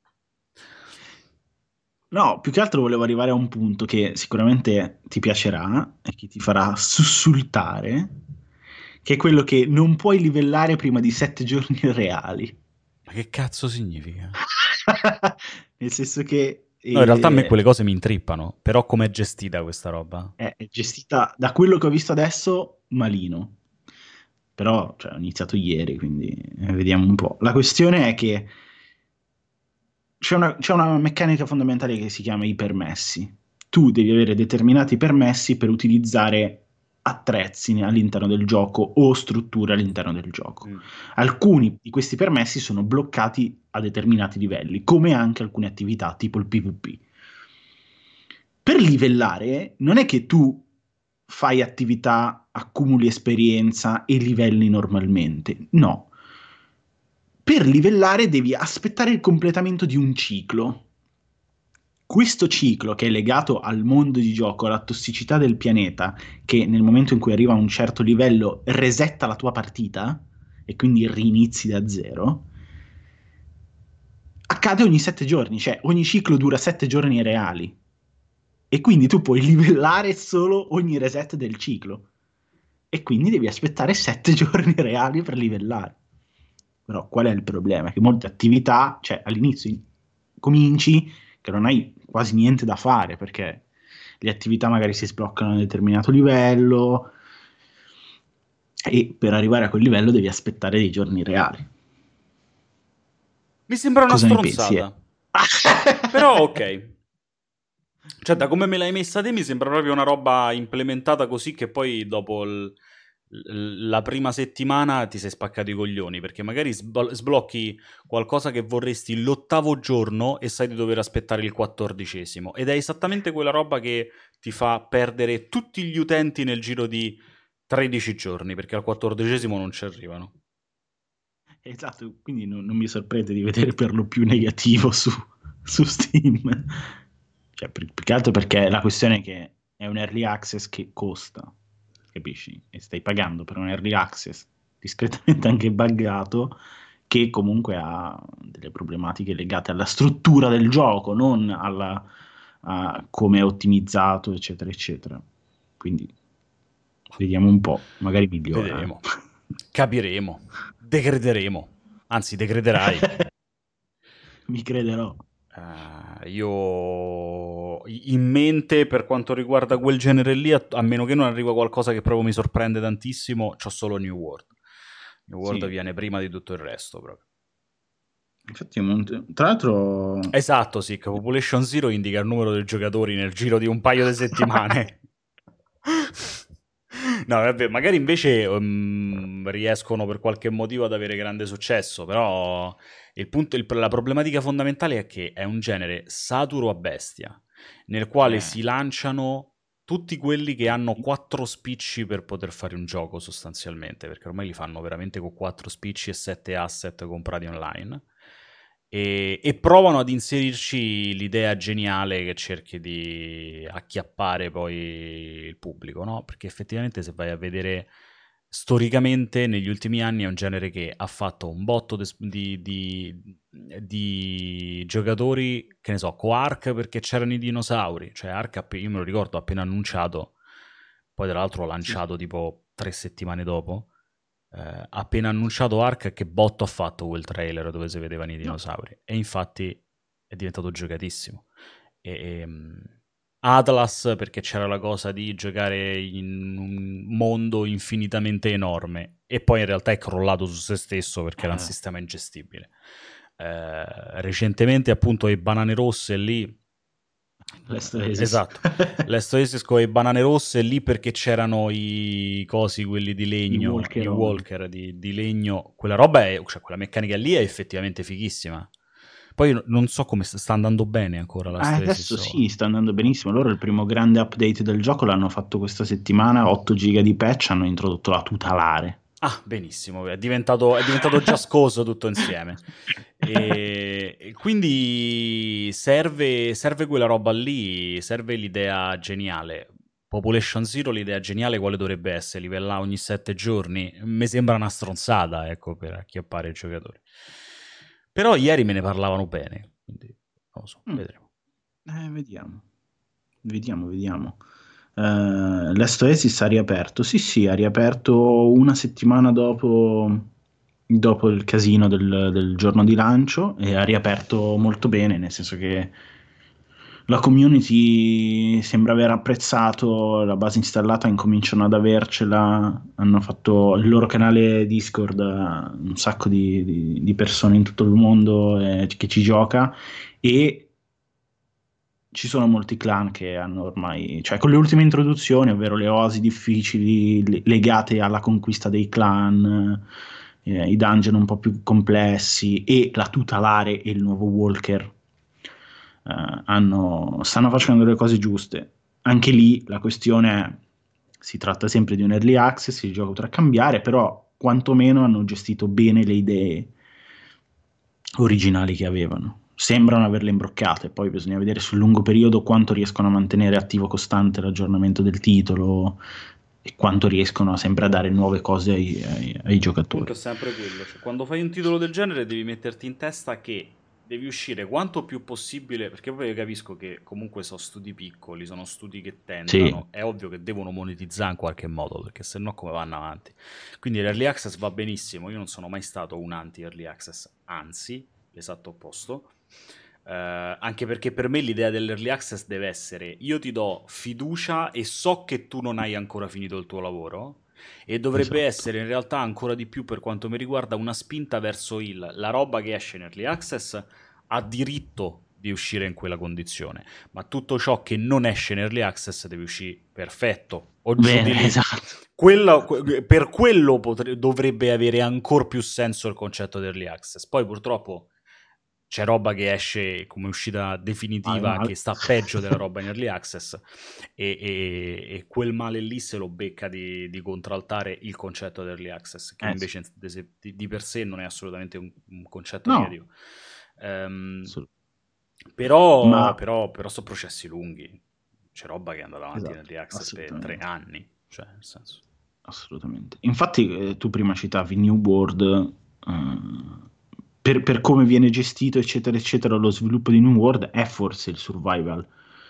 S2: no, più che altro volevo arrivare a un punto che sicuramente ti piacerà e che ti farà sussultare, che è quello che non puoi livellare prima di sette giorni reali.
S1: Ma che cazzo significa?
S2: Nel senso che
S1: No, in realtà a me
S2: eh,
S1: quelle cose mi intrippano, però com'è gestita questa roba?
S2: è è gestita, da quello che ho visto adesso, malino. Però, cioè, ho iniziato ieri, quindi eh, vediamo un po'. La questione è che c'è una, c'è una meccanica fondamentale che si chiama i permessi. Tu devi avere determinati permessi per utilizzare attrezzi all'interno del gioco o strutture all'interno del gioco.
S1: Mm.
S2: Alcuni di questi permessi sono bloccati a determinati livelli, come anche alcune attività tipo il PvP. Per livellare non è che tu fai attività, accumuli esperienza e livelli normalmente, no. Per livellare devi aspettare il completamento di un ciclo. Questo ciclo, che è legato al mondo di gioco, alla tossicità del pianeta, che nel momento in cui arriva a un certo livello resetta la tua partita e quindi rinizi da zero, accade ogni sette giorni, cioè ogni ciclo dura sette giorni reali. E quindi tu puoi livellare solo ogni reset del ciclo. E quindi devi aspettare sette giorni reali per livellare. Però qual è il problema? Che molte attività, cioè all'inizio cominci che non hai quasi niente da fare perché le attività magari si sbloccano a un determinato livello e per arrivare a quel livello devi aspettare dei giorni reali.
S1: Mi sembra una
S2: Cosa ne pensi? Eh?
S1: stronzata. Però ok. Cioè, da come me l'hai messa te, mi sembra proprio una roba implementata così che poi dopo il- l- la prima settimana ti sei spaccato i coglioni, perché magari sblo- sblocchi qualcosa che vorresti l'ottavo giorno e sai di dover aspettare il quattordicesimo. Ed è esattamente quella roba che ti fa perdere tutti gli utenti nel giro di tredici giorni, perché al quattordicesimo non ci arrivano.
S2: Esatto, quindi non, non mi sorprende di vedere per lo più negativo su, su Steam. Cioè, più più che altro perché la questione è che è un early access che costa, capisci? E stai pagando per un early access discretamente anche buggato, che comunque ha delle problematiche legate alla struttura del gioco, non alla, a come è ottimizzato, eccetera, eccetera. Quindi vediamo un po', magari migliora.
S1: Vedremo, capiremo, decreteremo. Anzi, decreterai.
S2: Mi crederò.
S1: Eh, io in mente per quanto riguarda quel genere lì, a, a meno che non arriva qualcosa che proprio mi sorprende tantissimo, c'ho solo New World. New World
S2: Sì,
S1: viene prima di tutto il resto proprio.
S2: infatti, Monte- tra l'altro,
S1: Esatto, sì, che Population Zero indica il numero dei giocatori nel giro di un paio di settimane. No, vabbè, magari invece um, riescono per qualche motivo ad avere grande successo, però il punto, il- la problematica fondamentale è che è un genere saturo a bestia, nel quale
S2: eh,
S1: si lanciano tutti quelli che hanno
S2: sì,
S1: quattro spicci per poter fare un gioco sostanzialmente, perché ormai li fanno veramente con quattro spicci e sette asset comprati online. e, e provano ad inserirci l'idea geniale che cerchi di acchiappare poi il pubblico, no? Perché effettivamente se vai a vedere storicamente negli ultimi anni è un genere che ha fatto un botto de- di, di- di giocatori, che ne so, con Ark perché c'erano i dinosauri, cioè Ark, app- io me lo ricordo appena annunciato, poi tra l'altro
S2: Sì.
S1: lanciato tipo tre settimane dopo, eh, appena annunciato Ark, che botto ha fatto quel trailer dove si vedevano i
S2: No.
S1: dinosauri, e infatti è diventato giocatissimo. E, e, Atlas perché c'era la cosa di giocare in un mondo infinitamente enorme e poi in realtà è crollato su se stesso perché era un
S2: Eh,
S1: sistema ingestibile. Eh, recentemente appunto i banane rosse lì,
S2: Last
S1: eh,
S2: Oasis.
S1: esatto, l'Est Oasis con le banane rosse lì perché c'erano i cosi, quelli di
S2: I
S1: legno, i
S2: walkeroni.
S1: walker di, di legno, quella roba è, cioè quella meccanica lì è effettivamente fighissima. Poi io non so come sta sta andando bene ancora la
S2: Ah,
S1: Oasis.
S2: adesso sì,
S1: o-
S2: sta andando benissimo. Loro il primo grande update del gioco l'hanno fatto questa settimana, otto giga di patch, hanno introdotto la tutelare.
S1: Ah, benissimo, è diventato, è diventato giascoso tutto insieme. E, e quindi serve, serve quella roba lì, serve l'idea geniale. Population Zero, l'idea geniale quale dovrebbe essere? Livella ogni sette giorni? Mi sembra una stronzata, ecco, per acchiappare i giocatori. Però ieri me ne parlavano bene, quindi non lo so,
S2: Mm,
S1: vedremo.
S2: eh, vediamo, vediamo, vediamo. Eh, Last Oasis ha riaperto. Sì, sì, ha riaperto una settimana dopo, dopo il casino del, del giorno di lancio e ha riaperto molto bene, nel senso che la community sembra aver apprezzato la base installata, incominciano ad avercela, hanno fatto il loro canale Discord a un sacco di, di- di persone in tutto il mondo eh, che ci gioca e ci sono molti clan che hanno ormai, cioè con le ultime introduzioni, ovvero le oasi difficili le- legate alla conquista dei clan, eh, i dungeon un po' più complessi e la tutelare e il nuovo Walker, eh, hanno- stanno facendo le cose giuste. Anche lì la questione è, si tratta sempre di un early access, il gioco potrà cambiare, però quantomeno hanno gestito bene le idee originali che avevano. Sembrano averle imbroccate, poi bisogna vedere sul lungo periodo quanto riescono a mantenere attivo costante l'aggiornamento del titolo e quanto riescono sempre a dare nuove cose ai, ai- ai
S1: Il punto è
S2: giocatori.
S1: sempre quello, cioè quando fai un titolo del genere devi metterti in testa che devi uscire quanto più possibile, perché poi io capisco che comunque sono studi piccoli, sono studi che
S2: Sì,
S1: tentano, è ovvio che devono monetizzare in qualche modo, perché se no come vanno avanti? Quindi l'early access va benissimo, io non sono mai stato un anti-early access, anzi, l'esatto opposto. Eh, anche perché per me l'idea dell'early access deve essere io ti do fiducia e so che tu non hai ancora finito il tuo lavoro, e dovrebbe
S2: esatto.
S1: essere in realtà ancora di più per quanto mi riguarda una spinta verso il la roba che esce in early access ha diritto di uscire in quella condizione, ma tutto ciò che non esce in early access deve uscire perfetto o giù
S2: Bene,
S1: di lì.
S2: esatto.
S1: Quello- que- per quello potre- dovrebbe avere ancora più senso il concetto di early access. Poi purtroppo c'è roba che esce come uscita
S2: Male,
S1: definitiva che
S2: male.
S1: sta peggio della roba in early access, e, e- e quel male lì se lo becca di, di contraltare il concetto di early access, che
S2: Eh sì.
S1: invece di, se- di- di per sé non è assolutamente un, un concetto
S2: No,
S1: negativo. Ehm,
S2: assolut-
S1: però,
S2: ma
S1: però, però sono processi lunghi, c'è roba che è andata avanti in
S2: esatto,
S1: early access per tre
S2: assolutamente.
S1: anni, cioè nel senso...
S2: Assolutamente. Infatti, eh, tu prima citavi New World, eh, per, per come viene gestito, eccetera, eccetera, lo sviluppo di New World è forse il survival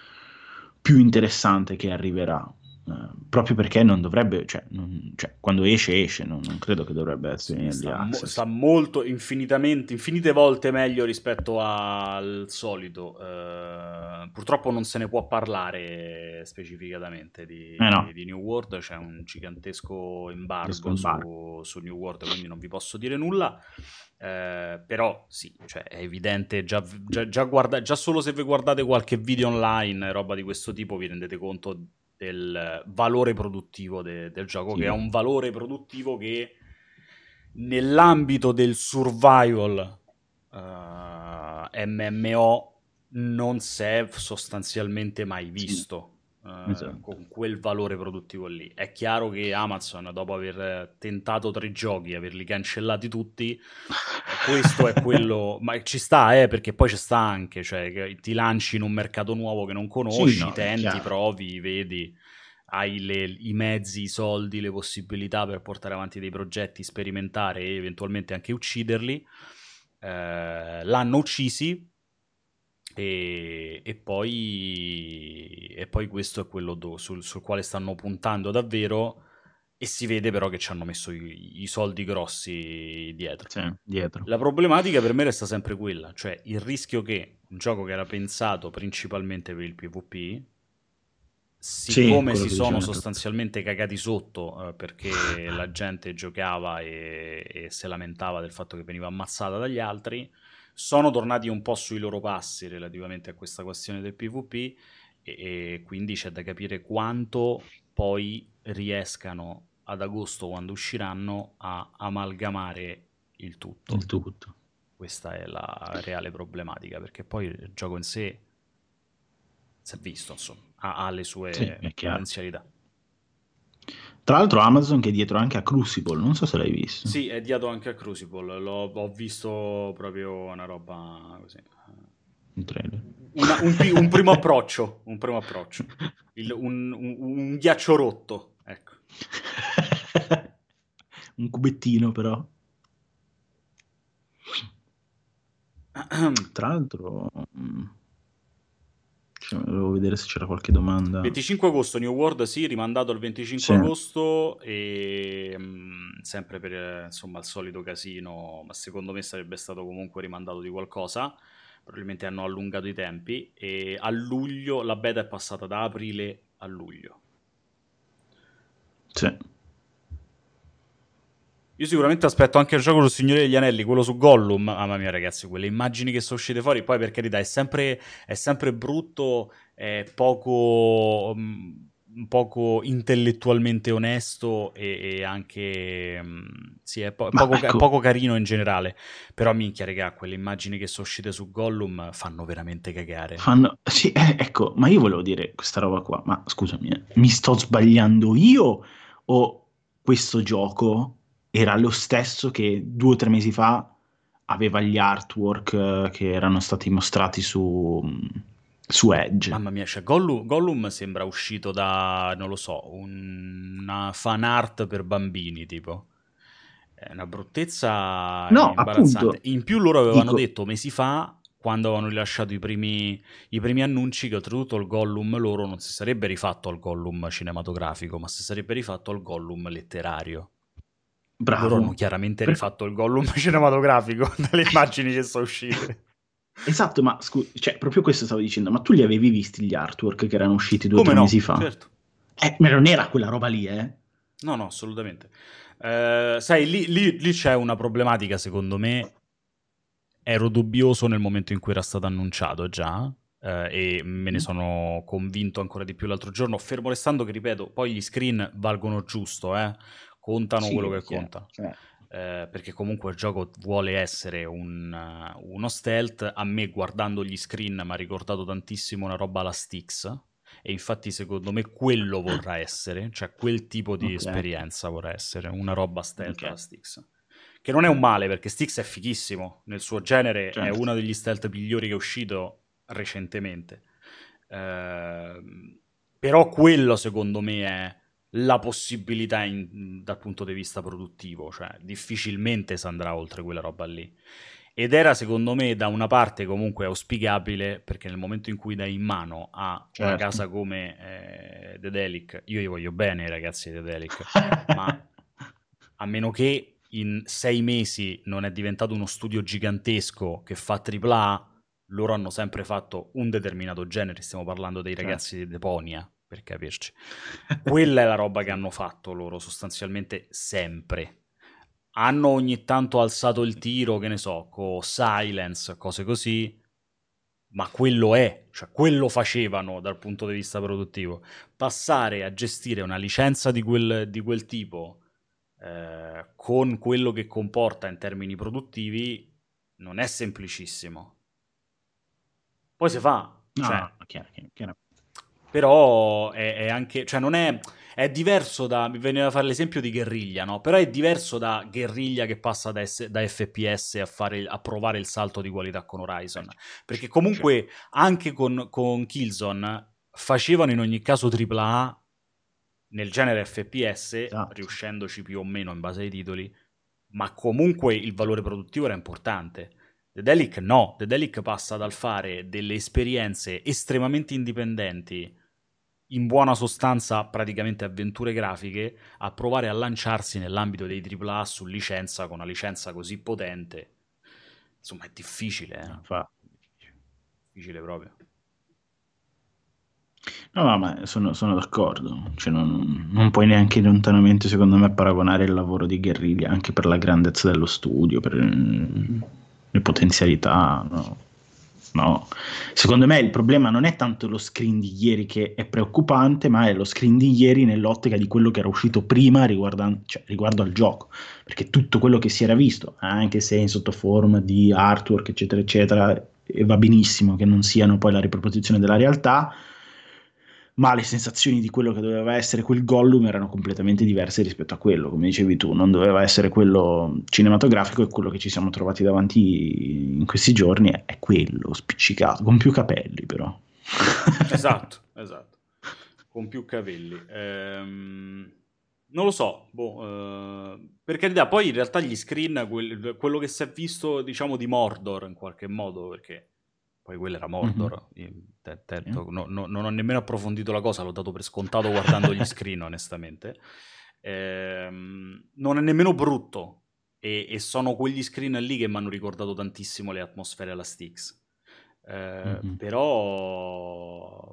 S2: più interessante che arriverà, eh, proprio perché non dovrebbe, cioè, non- cioè, quando esce, esce, non, non credo che dovrebbe essere in
S1: Sì,
S2: early
S1: sta, mo-
S2: access.
S1: sta molto, infinitamente, infinite volte meglio rispetto al solito. Eh, purtroppo non se ne può parlare specificatamente
S2: Eh
S1: di,
S2: no,
S1: di New World, c'è un gigantesco embargo
S2: disco
S1: su, su New World, quindi non vi posso dire nulla. Eh, però sì, cioè, è evidente, già, già, già, guarda- già solo se vi guardate qualche video online, roba di questo tipo, vi rendete conto del valore produttivo de- del gioco, che è
S2: sì.
S1: un valore produttivo che nell'ambito del survival eh, M M O non si è sostanzialmente mai
S2: Sì.
S1: visto. eh,
S2: Esatto.
S1: con quel valore produttivo lì. È chiaro che Amazon, dopo aver tentato tre giochi, averli cancellati tutti, eh, questo è quello, ma ci sta, eh, perché poi ci sta anche, cioè che ti lanci in un mercato nuovo che non
S2: Sì,
S1: conosci,
S2: no, è
S1: tenti,
S2: chiaro.
S1: provi, vedi, hai le- i mezzi, i soldi, le possibilità per portare avanti dei progetti, sperimentare e eventualmente anche ucciderli. Eh, l'hanno uccisi e, e poi, e poi questo è quello do- sul, sul quale stanno puntando davvero e si vede però che ci hanno messo i, i soldi grossi dietro.
S2: Sì, dietro.
S1: La problematica per me resta sempre quella, cioè il rischio che un gioco che era pensato principalmente per il PvP,
S2: Sì,
S1: siccome
S2: quello
S1: si
S2: che
S1: sono
S2: dicevano tutti.
S1: sostanzialmente cagati sotto, eh, perché la gente giocava e, e si lamentava del fatto che veniva ammazzata dagli altri, sono tornati un po' sui loro passi relativamente a questa questione del PvP e, e quindi c'è da capire quanto poi riescano ad agosto, quando usciranno, a amalgamare il
S2: Il
S1: tutto.
S2: tutto.
S1: Questa è la reale problematica, perché poi il gioco in sé si è visto, insomma, ha, ha le
S2: Sì,
S1: sue
S2: è chiaro.
S1: potenzialità.
S2: Tra l'altro Amazon che è dietro anche a Crucible, non so se l'hai visto.
S1: Sì, è dietro anche a Crucible, l'ho, ho visto proprio una roba così.
S2: Il trailer.
S1: Una- un, pi- un primo approccio, un primo approccio. Il- un, un- un ghiaccio rotto, ecco.
S2: Un cubettino però. Tra l'altro, mm, cioè, volevo vedere se c'era qualche domanda.
S1: venticinque agosto New World, sì, rimandato al venticinque
S2: Sì,
S1: agosto e mh, sempre per eh, insomma il solito casino, ma secondo me sarebbe stato comunque rimandato di qualcosa. Probabilmente hanno allungato i tempi e a luglio la beta è passata da aprile a luglio.
S2: sì.
S1: Io sicuramente aspetto anche il gioco sul Signore degli Anelli, quello su Gollum. Mamma mia, ragazzi, quelle immagini che sono uscite fuori. Poi, per carità, è sempre, è sempre brutto, è poco, mm, poco intellettualmente onesto e, e anche. mm, sì, è, po- è
S2: Ma
S1: poco, è
S2: ecco,
S1: poco carino in generale. Però, minchia, raga, quelle immagini che sono uscite su Gollum fanno veramente cagare.
S2: fanno... Sì, eh, ecco, ma io volevo dire questa roba qua, ma scusami, eh, mi sto sbagliando io o questo gioco era lo stesso che due o tre mesi fa aveva gli artwork eh, che erano stati mostrati su, su Edge?
S1: Mamma mia, cioè Gollum, Gollum sembra uscito da, non lo so, un- una fan art per bambini, tipo. È una bruttezza
S2: No,
S1: imbarazzante.
S2: appunto,
S1: In più loro avevano
S2: dico,
S1: detto mesi fa, quando avevano rilasciato i primi, i primi annunci, che oltretutto il Gollum loro non si sarebbe rifatto al Gollum cinematografico, ma si sarebbe rifatto al Gollum letterario. Loro hanno
S2: bravo.
S1: chiaramente
S2: Per-
S1: rifatto il Gollum cinematografico dalle immagini che sono uscite.
S2: Esatto, ma scusa, cioè, proprio questo stavo dicendo, ma tu li avevi visti gli artwork che erano usciti due o
S1: Come
S2: tre mesi
S1: no?
S2: fa?
S1: Certo.
S2: Eh, ma non era quella roba lì, eh?
S1: No, no, assolutamente. Eh, sai, lì, lì- lì c'è una problematica, secondo me. Ero dubbioso nel momento in cui era stato annunciato già, eh, e me ne
S2: Mm?
S1: sono convinto ancora di più l'altro giorno, fermo restando che, ripeto, poi gli screen valgono giusto, eh, contano
S2: Sì,
S1: quello
S2: è
S1: che
S2: chiaro,
S1: conta.
S2: certo.
S1: Eh, perché comunque il gioco vuole essere un, uh, uno stealth. A me, guardando gli screen, mi ha ricordato tantissimo una roba alla Styx. E infatti, secondo me, quello vorrà essere, cioè quel tipo di
S2: Ok,
S1: esperienza vorrà essere una roba
S2: ok,
S1: stealth alla Styx. Che non è un male, perché Styx è fighissimo. Nel suo genere è
S2: certo.
S1: uno degli stealth migliori che è uscito recentemente. Ehm, Però quello, secondo me, è la possibilità in- dal punto di vista produttivo, cioè difficilmente si andrà oltre quella roba lì. Ed era, secondo me, da una parte comunque auspicabile, perché nel momento in cui dai in mano a una
S2: Certo.
S1: casa come eh, The Delic, io gli voglio bene ai ragazzi di The Delic, ma a meno che in sei mesi non è diventato uno studio gigantesco che fa tripla A, loro hanno sempre fatto un determinato genere, stiamo parlando dei
S2: Certo.
S1: ragazzi di Deponia, per capirci. Quella è la roba che
S2: Sì,
S1: hanno fatto loro sostanzialmente sempre. Hanno ogni tanto alzato il tiro, che ne so, con Silence, cose così, ma quello è, cioè quello facevano dal punto di vista produttivo. Passare a gestire una licenza di quel, di quel tipo, eh, con quello che comporta in termini produttivi, non è semplicissimo. Poi si fa,
S2: no,
S1: cioè,
S2: no, chiaro, chiaro, chiaro.
S1: Però è, è anche, cioè non è, è diverso da, mi veniva a fare l'esempio di Guerriglia, no? Però è diverso da Guerriglia che passa da, S- da F P S a, fare, a provare il salto di qualità con
S2: Eh,
S1: Horizon. Perché
S2: cioè,
S1: comunque anche con, con Killzone facevano in ogni caso tripla A nel genere F P S,
S2: esatto.
S1: riuscendoci più o meno in base ai titoli, ma comunque il valore produttivo era importante. The Delic no, The Delic passa dal fare delle esperienze estremamente indipendenti, in buona sostanza praticamente avventure grafiche, a provare a lanciarsi nell'ambito dei tripla A su licenza, con una licenza così potente. Insomma, è difficile,
S2: No,
S1: eh?
S2: fa-
S1: Difficile proprio.
S2: no, no, ma sono, sono d'accordo. Cioè, non, non puoi neanche lontanamente, secondo me, paragonare il lavoro di Guerriglia anche per la grandezza dello studio, per mm, le potenzialità. No. No. Secondo me il problema non è tanto lo screen di ieri che è preoccupante, ma è lo screen di ieri nell'ottica di quello che era uscito prima riguardan- cioè, riguardo al gioco. Perché tutto quello che si era visto, anche se in sottoforma di artwork, eccetera, eccetera, e va benissimo che non siano poi la riproposizione della realtà, ma le sensazioni di quello che doveva essere quel Gollum erano completamente diverse rispetto a quello, come dicevi tu, non doveva essere quello cinematografico, e quello che ci siamo trovati davanti in questi giorni è, è quello spiccicato, con più capelli però.
S1: Esatto, esatto. Con più capelli. Ehm, non lo so, boh, eh, per carità, poi in realtà gli screen, quel- quello che si è visto, diciamo, di Mordor in qualche modo, perché poi quello era
S2: Mhm.
S1: Mordor, io, te-
S2: Sì.
S1: te- no- no- non ho nemmeno approfondito la cosa, l'ho dato per scontato guardando gli screen, onestamente. Ehm, non è nemmeno brutto, e, e sono quegli screen lì che mi hanno ricordato tantissimo le atmosfere alla Styx. Eh,
S2: Mhm.
S1: però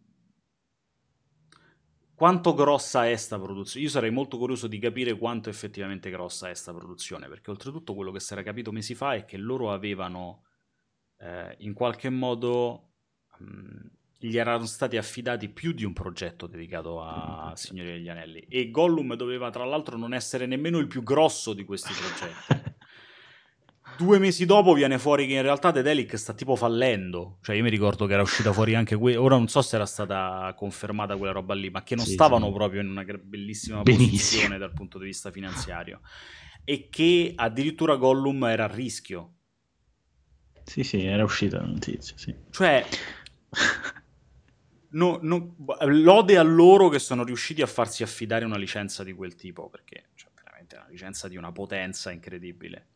S1: quanto grossa è sta produzione? Io sarei molto curioso di capire quanto effettivamente grossa è sta produzione, perché oltretutto quello che si era capito mesi fa è che loro avevano eh, in qualche modo mh, gli erano stati affidati più di un progetto dedicato
S2: Più di un
S1: a
S2: progetto.
S1: Signori degli Anelli, e Gollum doveva tra l'altro non essere nemmeno il più grosso di questi progetti. Due mesi dopo viene fuori che in realtà Dedelic sta tipo fallendo. Cioè, io mi ricordo che era uscita fuori anche que- ora non so se era stata confermata quella roba lì, ma che non
S2: Sì, sì.
S1: stavano proprio in una gra- bellissima
S2: Benissimo.
S1: posizione dal punto di vista finanziario. E che addirittura Gollum era a rischio.
S2: Sì, sì, era uscita la notizia, sì.
S1: Cioè, no- no- lode a loro che sono riusciti a farsi affidare una licenza di quel tipo, perché cioè, veramente è una licenza di una potenza incredibile.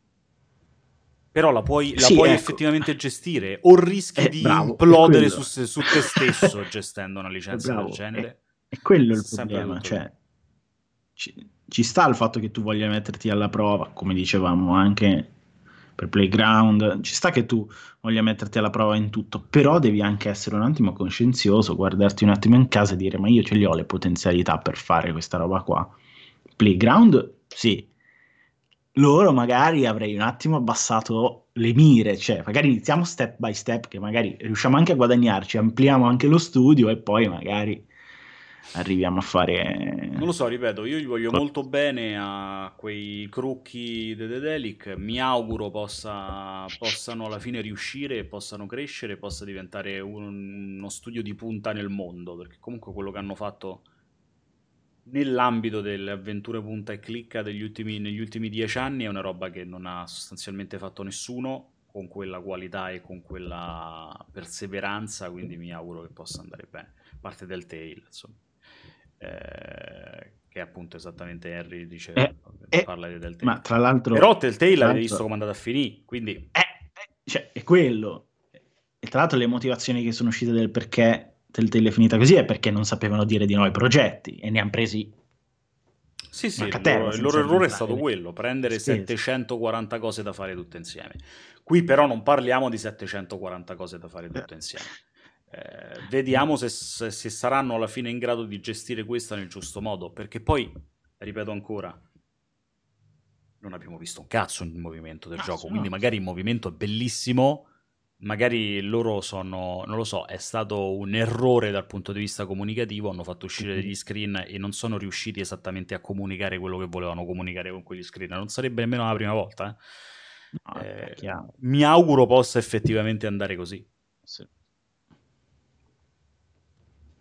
S1: Però la puoi, la
S2: Sì,
S1: puoi
S2: ecco.
S1: effettivamente gestire o rischi
S2: Eh,
S1: di
S2: bravo, è
S1: implodere su,
S2: quello.
S1: se- su te stesso gestendo una
S2: È
S1: licenza del
S2: bravo, è,
S1: genere?
S2: è quello il
S1: Sempre
S2: problema,
S1: tutto lì.
S2: cioè ci, ci sta il fatto che tu voglia metterti alla prova, come dicevamo anche per Playground, ci sta che tu voglia metterti alla prova in tutto, però devi anche essere un attimo coscienzioso, guardarti un attimo in casa e dire ma io ce li ho le potenzialità per fare questa roba qua. Playground, sì, loro magari avrei un attimo abbassato le mire, cioè magari iniziamo step by step, che magari riusciamo anche a guadagnarci, ampliamo anche lo studio e poi magari arriviamo a
S1: Non lo
S2: fare
S1: so, ripeto, io gli voglio
S2: qualcosa.
S1: molto bene a quei crocchi di Dedelic. Mi auguro possa, possano alla fine riuscire, e possano crescere, e possa diventare un- uno studio di punta nel mondo, perché comunque quello che hanno fatto nell'ambito delle avventure punta e clicca degli ultimi, negli ultimi dieci anni è una roba che non ha sostanzialmente fatto nessuno con quella qualità e con quella perseveranza, quindi mi auguro che possa andare bene. A parte del Tale, insomma. Eh, che appunto esattamente Harry dice,
S2: Eh, eh,
S1: parla di
S2: ma
S1: Telltale.
S2: tra l'altro,
S1: Però Telltale
S2: tra
S1: avete visto
S2: l'altro
S1: come è andata a finire, quindi
S2: eh, eh, cioè, è quello. E tra l'altro le motivazioni che sono uscite del perché Telltale è finita così è perché non sapevano dire di no ai progetti e ne hanno presi
S1: sì,
S2: una
S1: sì, il loro,
S2: caterva
S1: il loro
S2: senza
S1: errore è
S2: aumentare
S1: stato
S2: le,
S1: quello,
S2: le
S1: prendere
S2: spese.
S1: settecentoquaranta cose da fare tutte insieme. Qui però non parliamo di settecentoquaranta cose da fare
S2: Eh,
S1: tutte insieme. Eh,
S2: no.
S1: vediamo se, se- se saranno alla fine in grado di gestire questa nel giusto modo, perché poi, ripeto ancora, non abbiamo visto un cazzo in movimento del gioco,
S2: Cazzo,
S1: quindi
S2: no.
S1: magari il movimento è bellissimo, magari loro sono, non lo so, è stato un errore dal punto di vista comunicativo, hanno fatto uscire degli
S2: Comunico.
S1: screen e non sono riusciti esattamente a comunicare quello che volevano comunicare con quegli screen, non sarebbe nemmeno la prima volta,
S2: No,
S1: eh.
S2: è
S1: Eh,
S2: chiaro.
S1: mi auguro possa effettivamente andare così.
S2: Sì.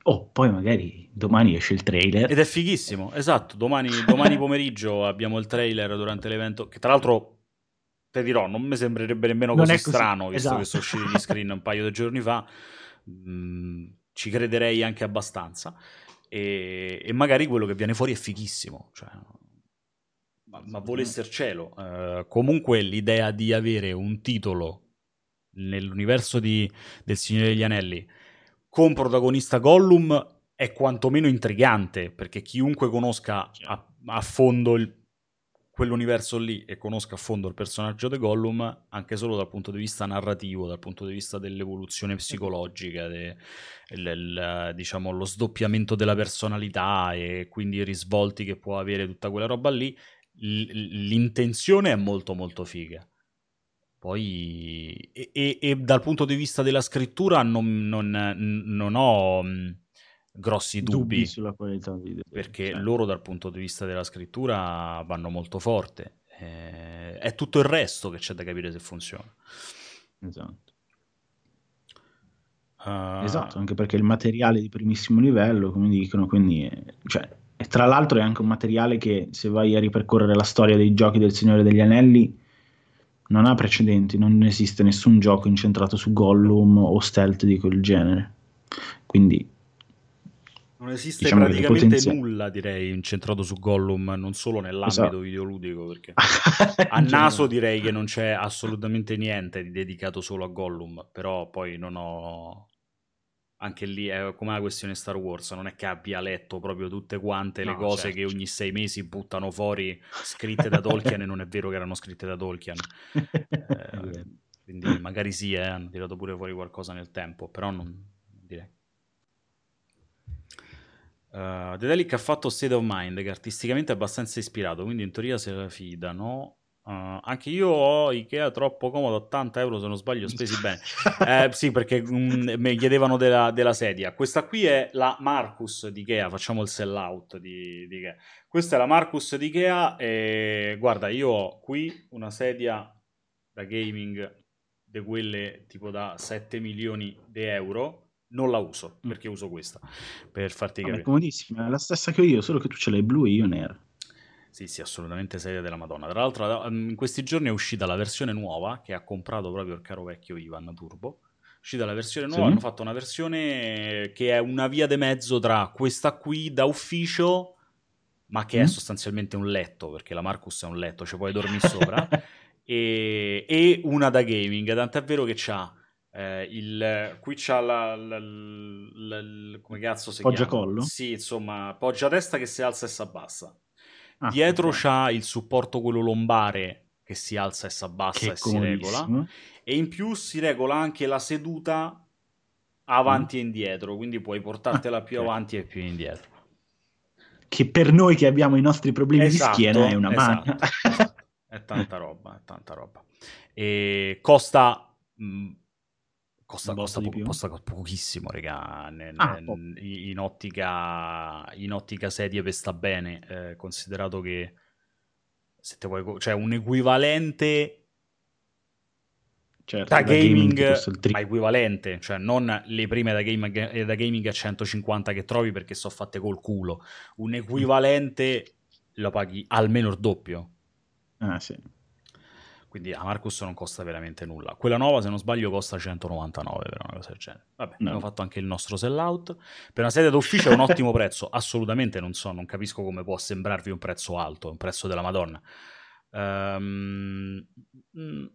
S2: Oh, poi magari domani esce il
S1: Ed
S2: trailer.
S1: è fighissimo, esatto. Domani, domani pomeriggio abbiamo il trailer durante l'evento, che tra l'altro, te dirò, non mi sembrerebbe nemmeno
S2: Non
S1: così
S2: è così,
S1: strano, visto che
S2: esatto.
S1: sono usciti gli screen un paio di giorni fa. Mm, ci crederei anche abbastanza. E, e magari quello che viene fuori è fighissimo. Cioè, ma, ma volesse il cielo. Eh, comunque l'idea di avere un titolo nell'universo di, del Signore degli Anelli con protagonista Gollum è quantomeno intrigante, perché chiunque conosca a, a fondo il, quell'universo lì e conosca a fondo il personaggio di Gollum, anche solo dal punto di vista narrativo, dal punto di vista dell'evoluzione psicologica, de, il, il, diciamo lo sdoppiamento della personalità e quindi i risvolti che può avere tutta quella roba lì, l- l'intenzione è molto molto figa. Poi, e, e- e dal punto di vista della scrittura non, non- non ho mh, grossi
S2: Dubbi
S1: dubbi,
S2: sulla qualità di...
S1: perché
S2: Cioè,
S1: loro dal punto di vista della scrittura vanno molto forte. Eh, è tutto il resto che c'è da capire se funziona.
S2: esatto.
S1: Uh,
S2: Esatto, anche perché il materiale di primissimo livello, come dicono, quindi è- cioè, e tra l'altro è anche un materiale che se vai a ripercorrere la storia dei giochi del Signore degli Anelli non ha precedenti, non esiste nessun gioco incentrato su Gollum o stealth di quel genere. Quindi
S1: non esiste
S2: diciamo che le
S1: praticamente
S2: potenze...
S1: nulla, direi, incentrato su Gollum, non solo nell'ambito
S2: Esatto.
S1: videoludico, perché a
S2: In
S1: naso
S2: generale.
S1: direi che non c'è assolutamente niente di dedicato solo a Gollum, però poi non ho... Anche lì è come la questione Star Wars, non è che abbia letto proprio tutte quante le
S2: No,
S1: cose
S2: certo,
S1: che ogni
S2: certo.
S1: sei mesi buttano fuori scritte da Tolkien e non è vero che erano scritte da Tolkien.
S2: È
S1: Eh,
S2: vero.
S1: quindi magari sì, eh, hanno tirato pure fuori qualcosa nel tempo, però non direi. Uh, Dedelic ha fatto State of Mind, che artisticamente è abbastanza ispirato, quindi in teoria se la fidano. Uh, anche io ho Ikea troppo comodo, ottanta euro se non sbaglio, spesi bene. Eh, sì, perché mm, mi chiedevano della, della sedia. Questa qui è la Marcus di Ikea, facciamo il sell out di, di Ikea. Questa è la Marcus di Ikea e guarda, io ho qui una sedia da gaming di quelle tipo da sette milioni di euro. Non la uso
S2: Mm.
S1: perché uso questa per farti
S2: Vabbè,
S1: capire.
S2: comodissima, è la stessa che ho io, solo che tu ce l'hai blu e io nera.
S1: Sì, sì, assolutamente seria della Madonna. Tra l'altro, ehm, in questi giorni è uscita la versione nuova che ha comprato proprio il caro vecchio Ivan Turbo. È uscita la versione nuova, hanno
S2: Sì?
S1: fatto una versione che è una via di mezzo tra questa qui da ufficio, ma che è
S2: Mm?
S1: sostanzialmente un letto, perché la Marcus è un letto, ci puoi dormire sopra, e, e una da gaming. Tant'è vero che c'ha eh, il, qui c'ha la, la- la- la- come cazzo si chiama?
S2: Poggiacollo?
S1: Sì, insomma, poggia testa che si alza e si abbassa.
S2: Ah,
S1: Dietro
S2: ok.
S1: c'ha il supporto quello lombare che si alza e si
S2: Che
S1: abbassa e
S2: è
S1: si regola.
S2: comodissimo.
S1: E in più si regola anche la seduta
S2: Mm?
S1: avanti e indietro, quindi puoi
S2: Ah,
S1: portartela più
S2: ok.
S1: avanti e più indietro.
S2: Che per noi che abbiamo i nostri problemi di schiena è
S1: Esatto,
S2: una mania.
S1: esatto, esatto. È tanta roba, è tanta roba. E costa, mh,
S2: Un
S1: costa, costa,
S2: botto di
S1: poco,
S2: più?
S1: costa pochissimo, raga, ne-
S2: Ah, oh,
S1: ne- in ottica, in ottica sedie per sta bene, eh, considerato che se te vuoi, co- cioè un equivalente da
S2: certo, da gaming ti
S1: gaming,
S2: costa il
S1: ma
S2: triplo.
S1: equivalente, cioè non le prime da, game- da gaming a centocinquanta che trovi perché sono fatte col culo, un equivalente lo paghi almeno il doppio.
S2: Ah, sì.
S1: Quindi la Marcus non costa veramente nulla. Quella nuova, se non sbaglio, costa centonovantanove per una cosa del genere. Vabbè, abbiamo
S2: No.
S1: fatto anche il nostro sellout. Per una sedia d'ufficio è un ottimo prezzo. Assolutamente non so, non capisco come può sembrarvi un prezzo alto, un prezzo della Madonna. Ehm, mm,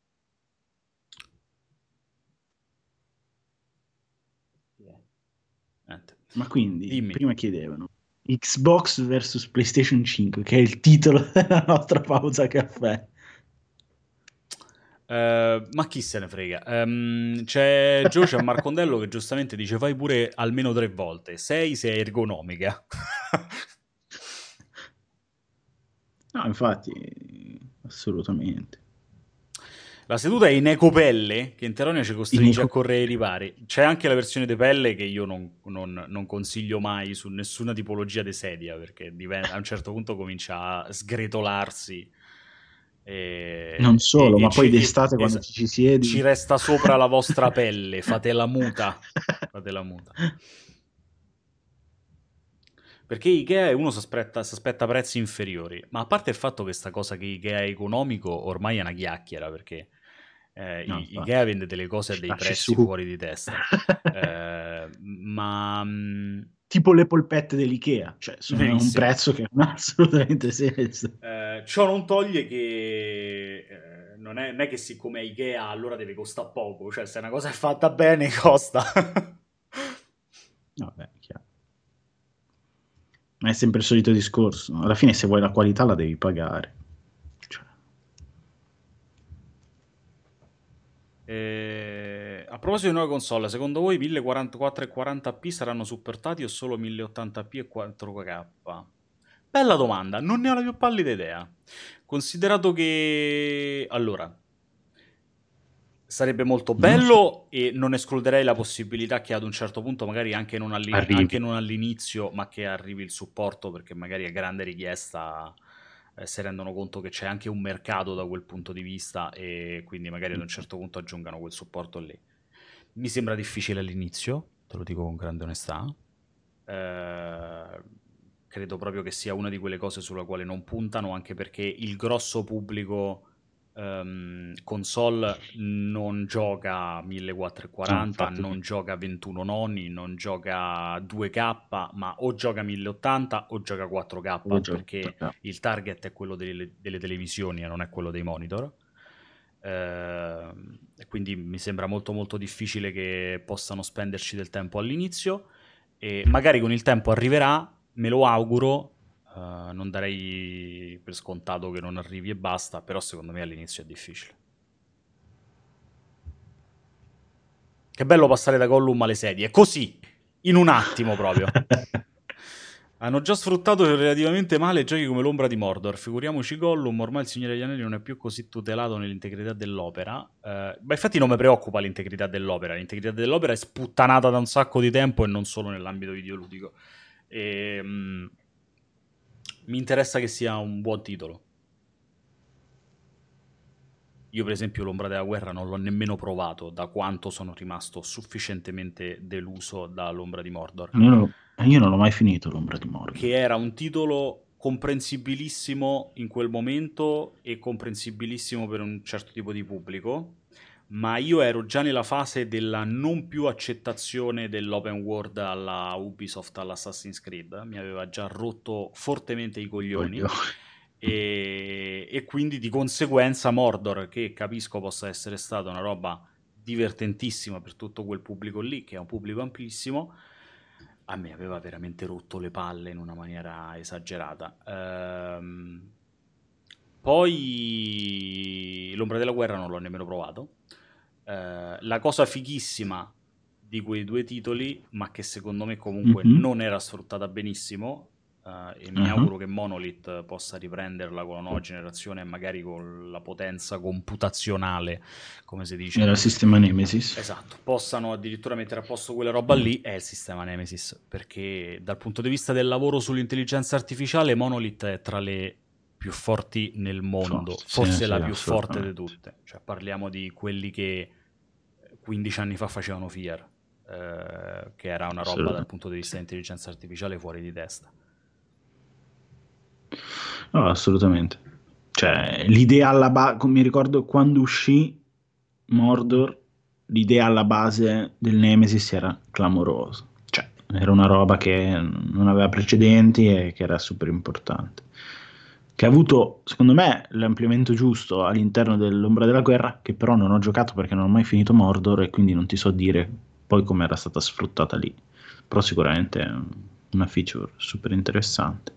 S1: niente.
S2: Ma quindi,
S1: Dimmi.
S2: prima chiedevano Xbox versus PlayStation cinque, che è il titolo della nostra pausa caffè.
S1: Eh, ma chi se ne frega? Ehm, c'è Joe, c'è Marcondello che giustamente dice fai pure almeno tre volte. Sei se è ergonomica.
S2: No, infatti, assolutamente.
S1: La seduta è in ecopelle, che in teoria ci
S2: In
S1: costringe a
S2: eco...
S1: correre ai ripari. C'è anche la versione di pelle che io non, non- non consiglio mai su nessuna tipologia di sedia, perché diven- a un certo punto comincia a sgretolarsi
S2: Non
S1: e, e-
S2: solo,
S1: e
S2: ma poi
S1: ci, e-
S2: d'estate quando
S1: esa-
S2: ci ci
S1: ci
S2: siedi...
S1: resta sopra la vostra pelle. Fatela muta. Fatela muta. Perché Ikea uno si aspetta, si aspetta prezzi inferiori, ma a parte il fatto che sta cosa che Ikea è economico ormai è una chiacchiera, perché eh,
S2: No,
S1: I- Ikea
S2: infatti,
S1: vende delle cose a
S2: ci
S1: dei
S2: lasci
S1: prezzi
S2: su.
S1: fuori di testa. Eh, ma mh,
S2: Tipo le polpette dell'Ikea, cioè sono a un
S1: benissimo.
S2: prezzo che non ha assolutamente senso.
S1: Eh, ciò non toglie che eh, non è, non è che siccome è Ikea allora deve costare poco, cioè se una cosa è fatta bene costa.
S2: Vabbè, chiaro. Ma è sempre il solito discorso. Alla fine, se vuoi la qualità, la devi pagare. Cioè,
S1: Eh, a proposito di nuove console, secondo voi mille quarantaquattro e quaranta p saranno supportati o solo mille ottanta p e quattro K? Bella domanda, non ne ho la più pallida idea. Considerato che... Allora, sarebbe molto
S2: non lo so.
S1: bello e non escluderei la possibilità che ad un certo punto, magari anche non, all'in- anche
S2: Arrivi.
S1: non all'inizio, ma che arrivi il supporto, perché magari a grande richiesta eh, si rendono conto che c'è anche un mercato da quel punto di vista e quindi magari ad un certo punto aggiungano quel supporto lì. Mi sembra difficile all'inizio, te lo dico con grande onestà. Eh, credo proprio che sia una di quelle cose sulla quale non puntano, anche perché il grosso pubblico ehm, console non gioca
S2: No,
S1: millequattrocentoquaranta,
S2: infatti,
S1: non gioca ventuno noni, non gioca due K, ma o gioca mille ottanta o gioca quattro
S2: lo
S1: K,
S2: gioco.
S1: perché il target è quello delle, delle televisioni e non è quello dei monitor. Ehm, e quindi mi sembra molto molto difficile che possano spenderci del tempo all'inizio e magari con il tempo arriverà, me lo auguro, eh, non darei per scontato che non arrivi e basta, però secondo me all'inizio è difficile. Che bello passare da Gollum alle sedie, così, in un attimo proprio. Hanno già sfruttato relativamente male giochi come l'Ombra di Mordor, figuriamoci Gollum, ormai il Signore degli Anelli non è più così tutelato nell'integrità dell'opera. Eh, ma infatti non mi preoccupa l'integrità dell'opera, l'integrità dell'opera è sputtanata da un sacco di tempo e non solo nell'ambito videoludico. E, mm, mi interessa che sia un buon titolo. Io per esempio l'Ombra della Guerra non l'ho nemmeno provato, da quanto sono rimasto sufficientemente deluso dall'Ombra di Mordor.
S2: Io non, io non l'ho mai finito l'ombra di
S1: Che
S2: Mordor.
S1: era un titolo comprensibilissimo in quel momento e comprensibilissimo per un certo tipo di pubblico, ma io ero già nella fase della non più accettazione dell'open world alla Ubisoft, all'Assassin's Creed, mi aveva già rotto fortemente i coglioni
S2: Voglio.
S1: e, e quindi di conseguenza Mordor, che capisco possa essere stata una roba divertentissima per tutto quel pubblico lì, che è un pubblico amplissimo, a me aveva veramente rotto le palle in una maniera esagerata. Ehm, poi l'Ombra della Guerra non l'ho nemmeno provato. Eh, la cosa fighissima di quei due titoli, ma che secondo me comunque
S2: Mhm.
S1: non era sfruttata benissimo, eh, e mi
S2: Ah.
S1: auguro che Monolith possa riprenderla con la nuova generazione e magari con la potenza computazionale, come si dice.
S2: Era il sistema Nemesis.
S1: Esatto, possano addirittura mettere a posto quella roba lì è il sistema Nemesis, perché dal punto di vista del lavoro sull'intelligenza artificiale Monolith è tra le più forti nel mondo,
S2: Forse, sì,
S1: forse
S2: sì,
S1: la più forte di
S2: assolutamente.
S1: tutte. Cioè parliamo di quelli che quindici anni fa facevano F I A R, eh, che era una roba dal
S2: Assolutamente.
S1: punto di vista
S2: Sì.
S1: dell'intelligenza artificiale fuori di testa.
S2: No, assolutamente. Cioè, l'idea alla base, mi ricordo quando uscì Mordor, l'idea alla base del Nemesis era clamorosa. Cioè, era una roba che non aveva precedenti e che era super importante. Che ha avuto, secondo me, l'ampliamento giusto all'interno dell'Ombra della Guerra, che però non ho giocato perché non ho mai finito Mordor e quindi non ti so dire poi come era stata sfruttata lì. Però sicuramente è una feature super interessante.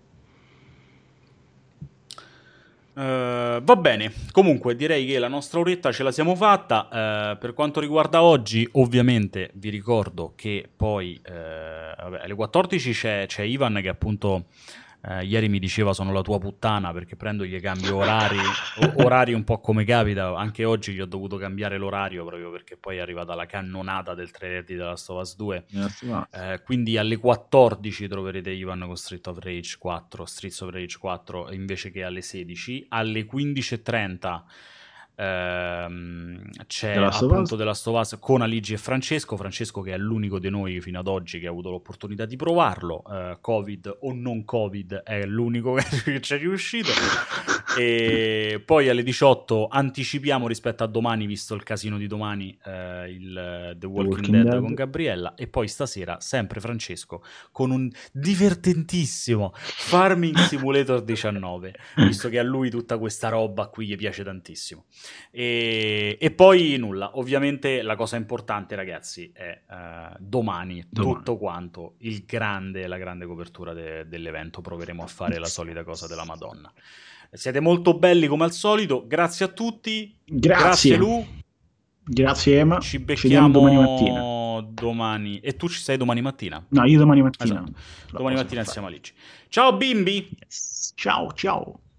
S1: Uh, va bene, comunque direi che la nostra oretta ce la siamo fatta. Uh, per quanto riguarda oggi, ovviamente vi ricordo che poi uh, vabbè, alle quattordici c'è, c'è Ivan che appunto uh, ieri mi diceva sono la tua puttana perché prendo e gli cambio orari, o- orari un po' come capita. Anche oggi gli ho dovuto cambiare l'orario proprio perché poi è arrivata la cannonata del trailer di The Last of Us due. Eh, quindi alle quattordici troverete Ivan con Street of Rage quattro, Streets of Rage quattro invece che alle sedici. Alle quindici e trenta Ehm, c'è
S2: The Last of
S1: appunto
S2: Us.
S1: The Last of Us con Aligi e Francesco, Francesco che è l'unico di noi fino ad oggi che ha avuto l'opportunità di provarlo, eh, Covid o non Covid è l'unico che ci è riuscito. E poi alle diciotto anticipiamo rispetto a domani, visto il casino di domani, eh, il The Walking,
S2: Walking
S1: Dead,
S2: Dead.
S1: con Gabriella, e poi stasera sempre Francesco con un divertentissimo Farming Simulator diciannove, visto che a lui tutta questa roba qui gli piace tantissimo. E, e poi nulla, ovviamente la cosa importante ragazzi è uh, domani,
S2: Domani.
S1: tutto quanto, il grande, la grande copertura de- dell'evento, proveremo a fare la solita cosa della Madonna. Siete molto belli come al solito, grazie a tutti,
S2: Grazie,
S1: grazie Lu,
S2: grazie Emma,
S1: ci
S2: ci vediamo
S1: becchiamo
S2: domani mattina.
S1: domani, e tu ci sei domani mattina?
S2: No, io domani mattina.
S1: Esatto,
S2: La
S1: domani
S2: cosa
S1: mattina
S2: per
S1: siamo
S2: fare.
S1: a Lecce. Ciao bimbi!
S2: Yes. Ciao, ciao.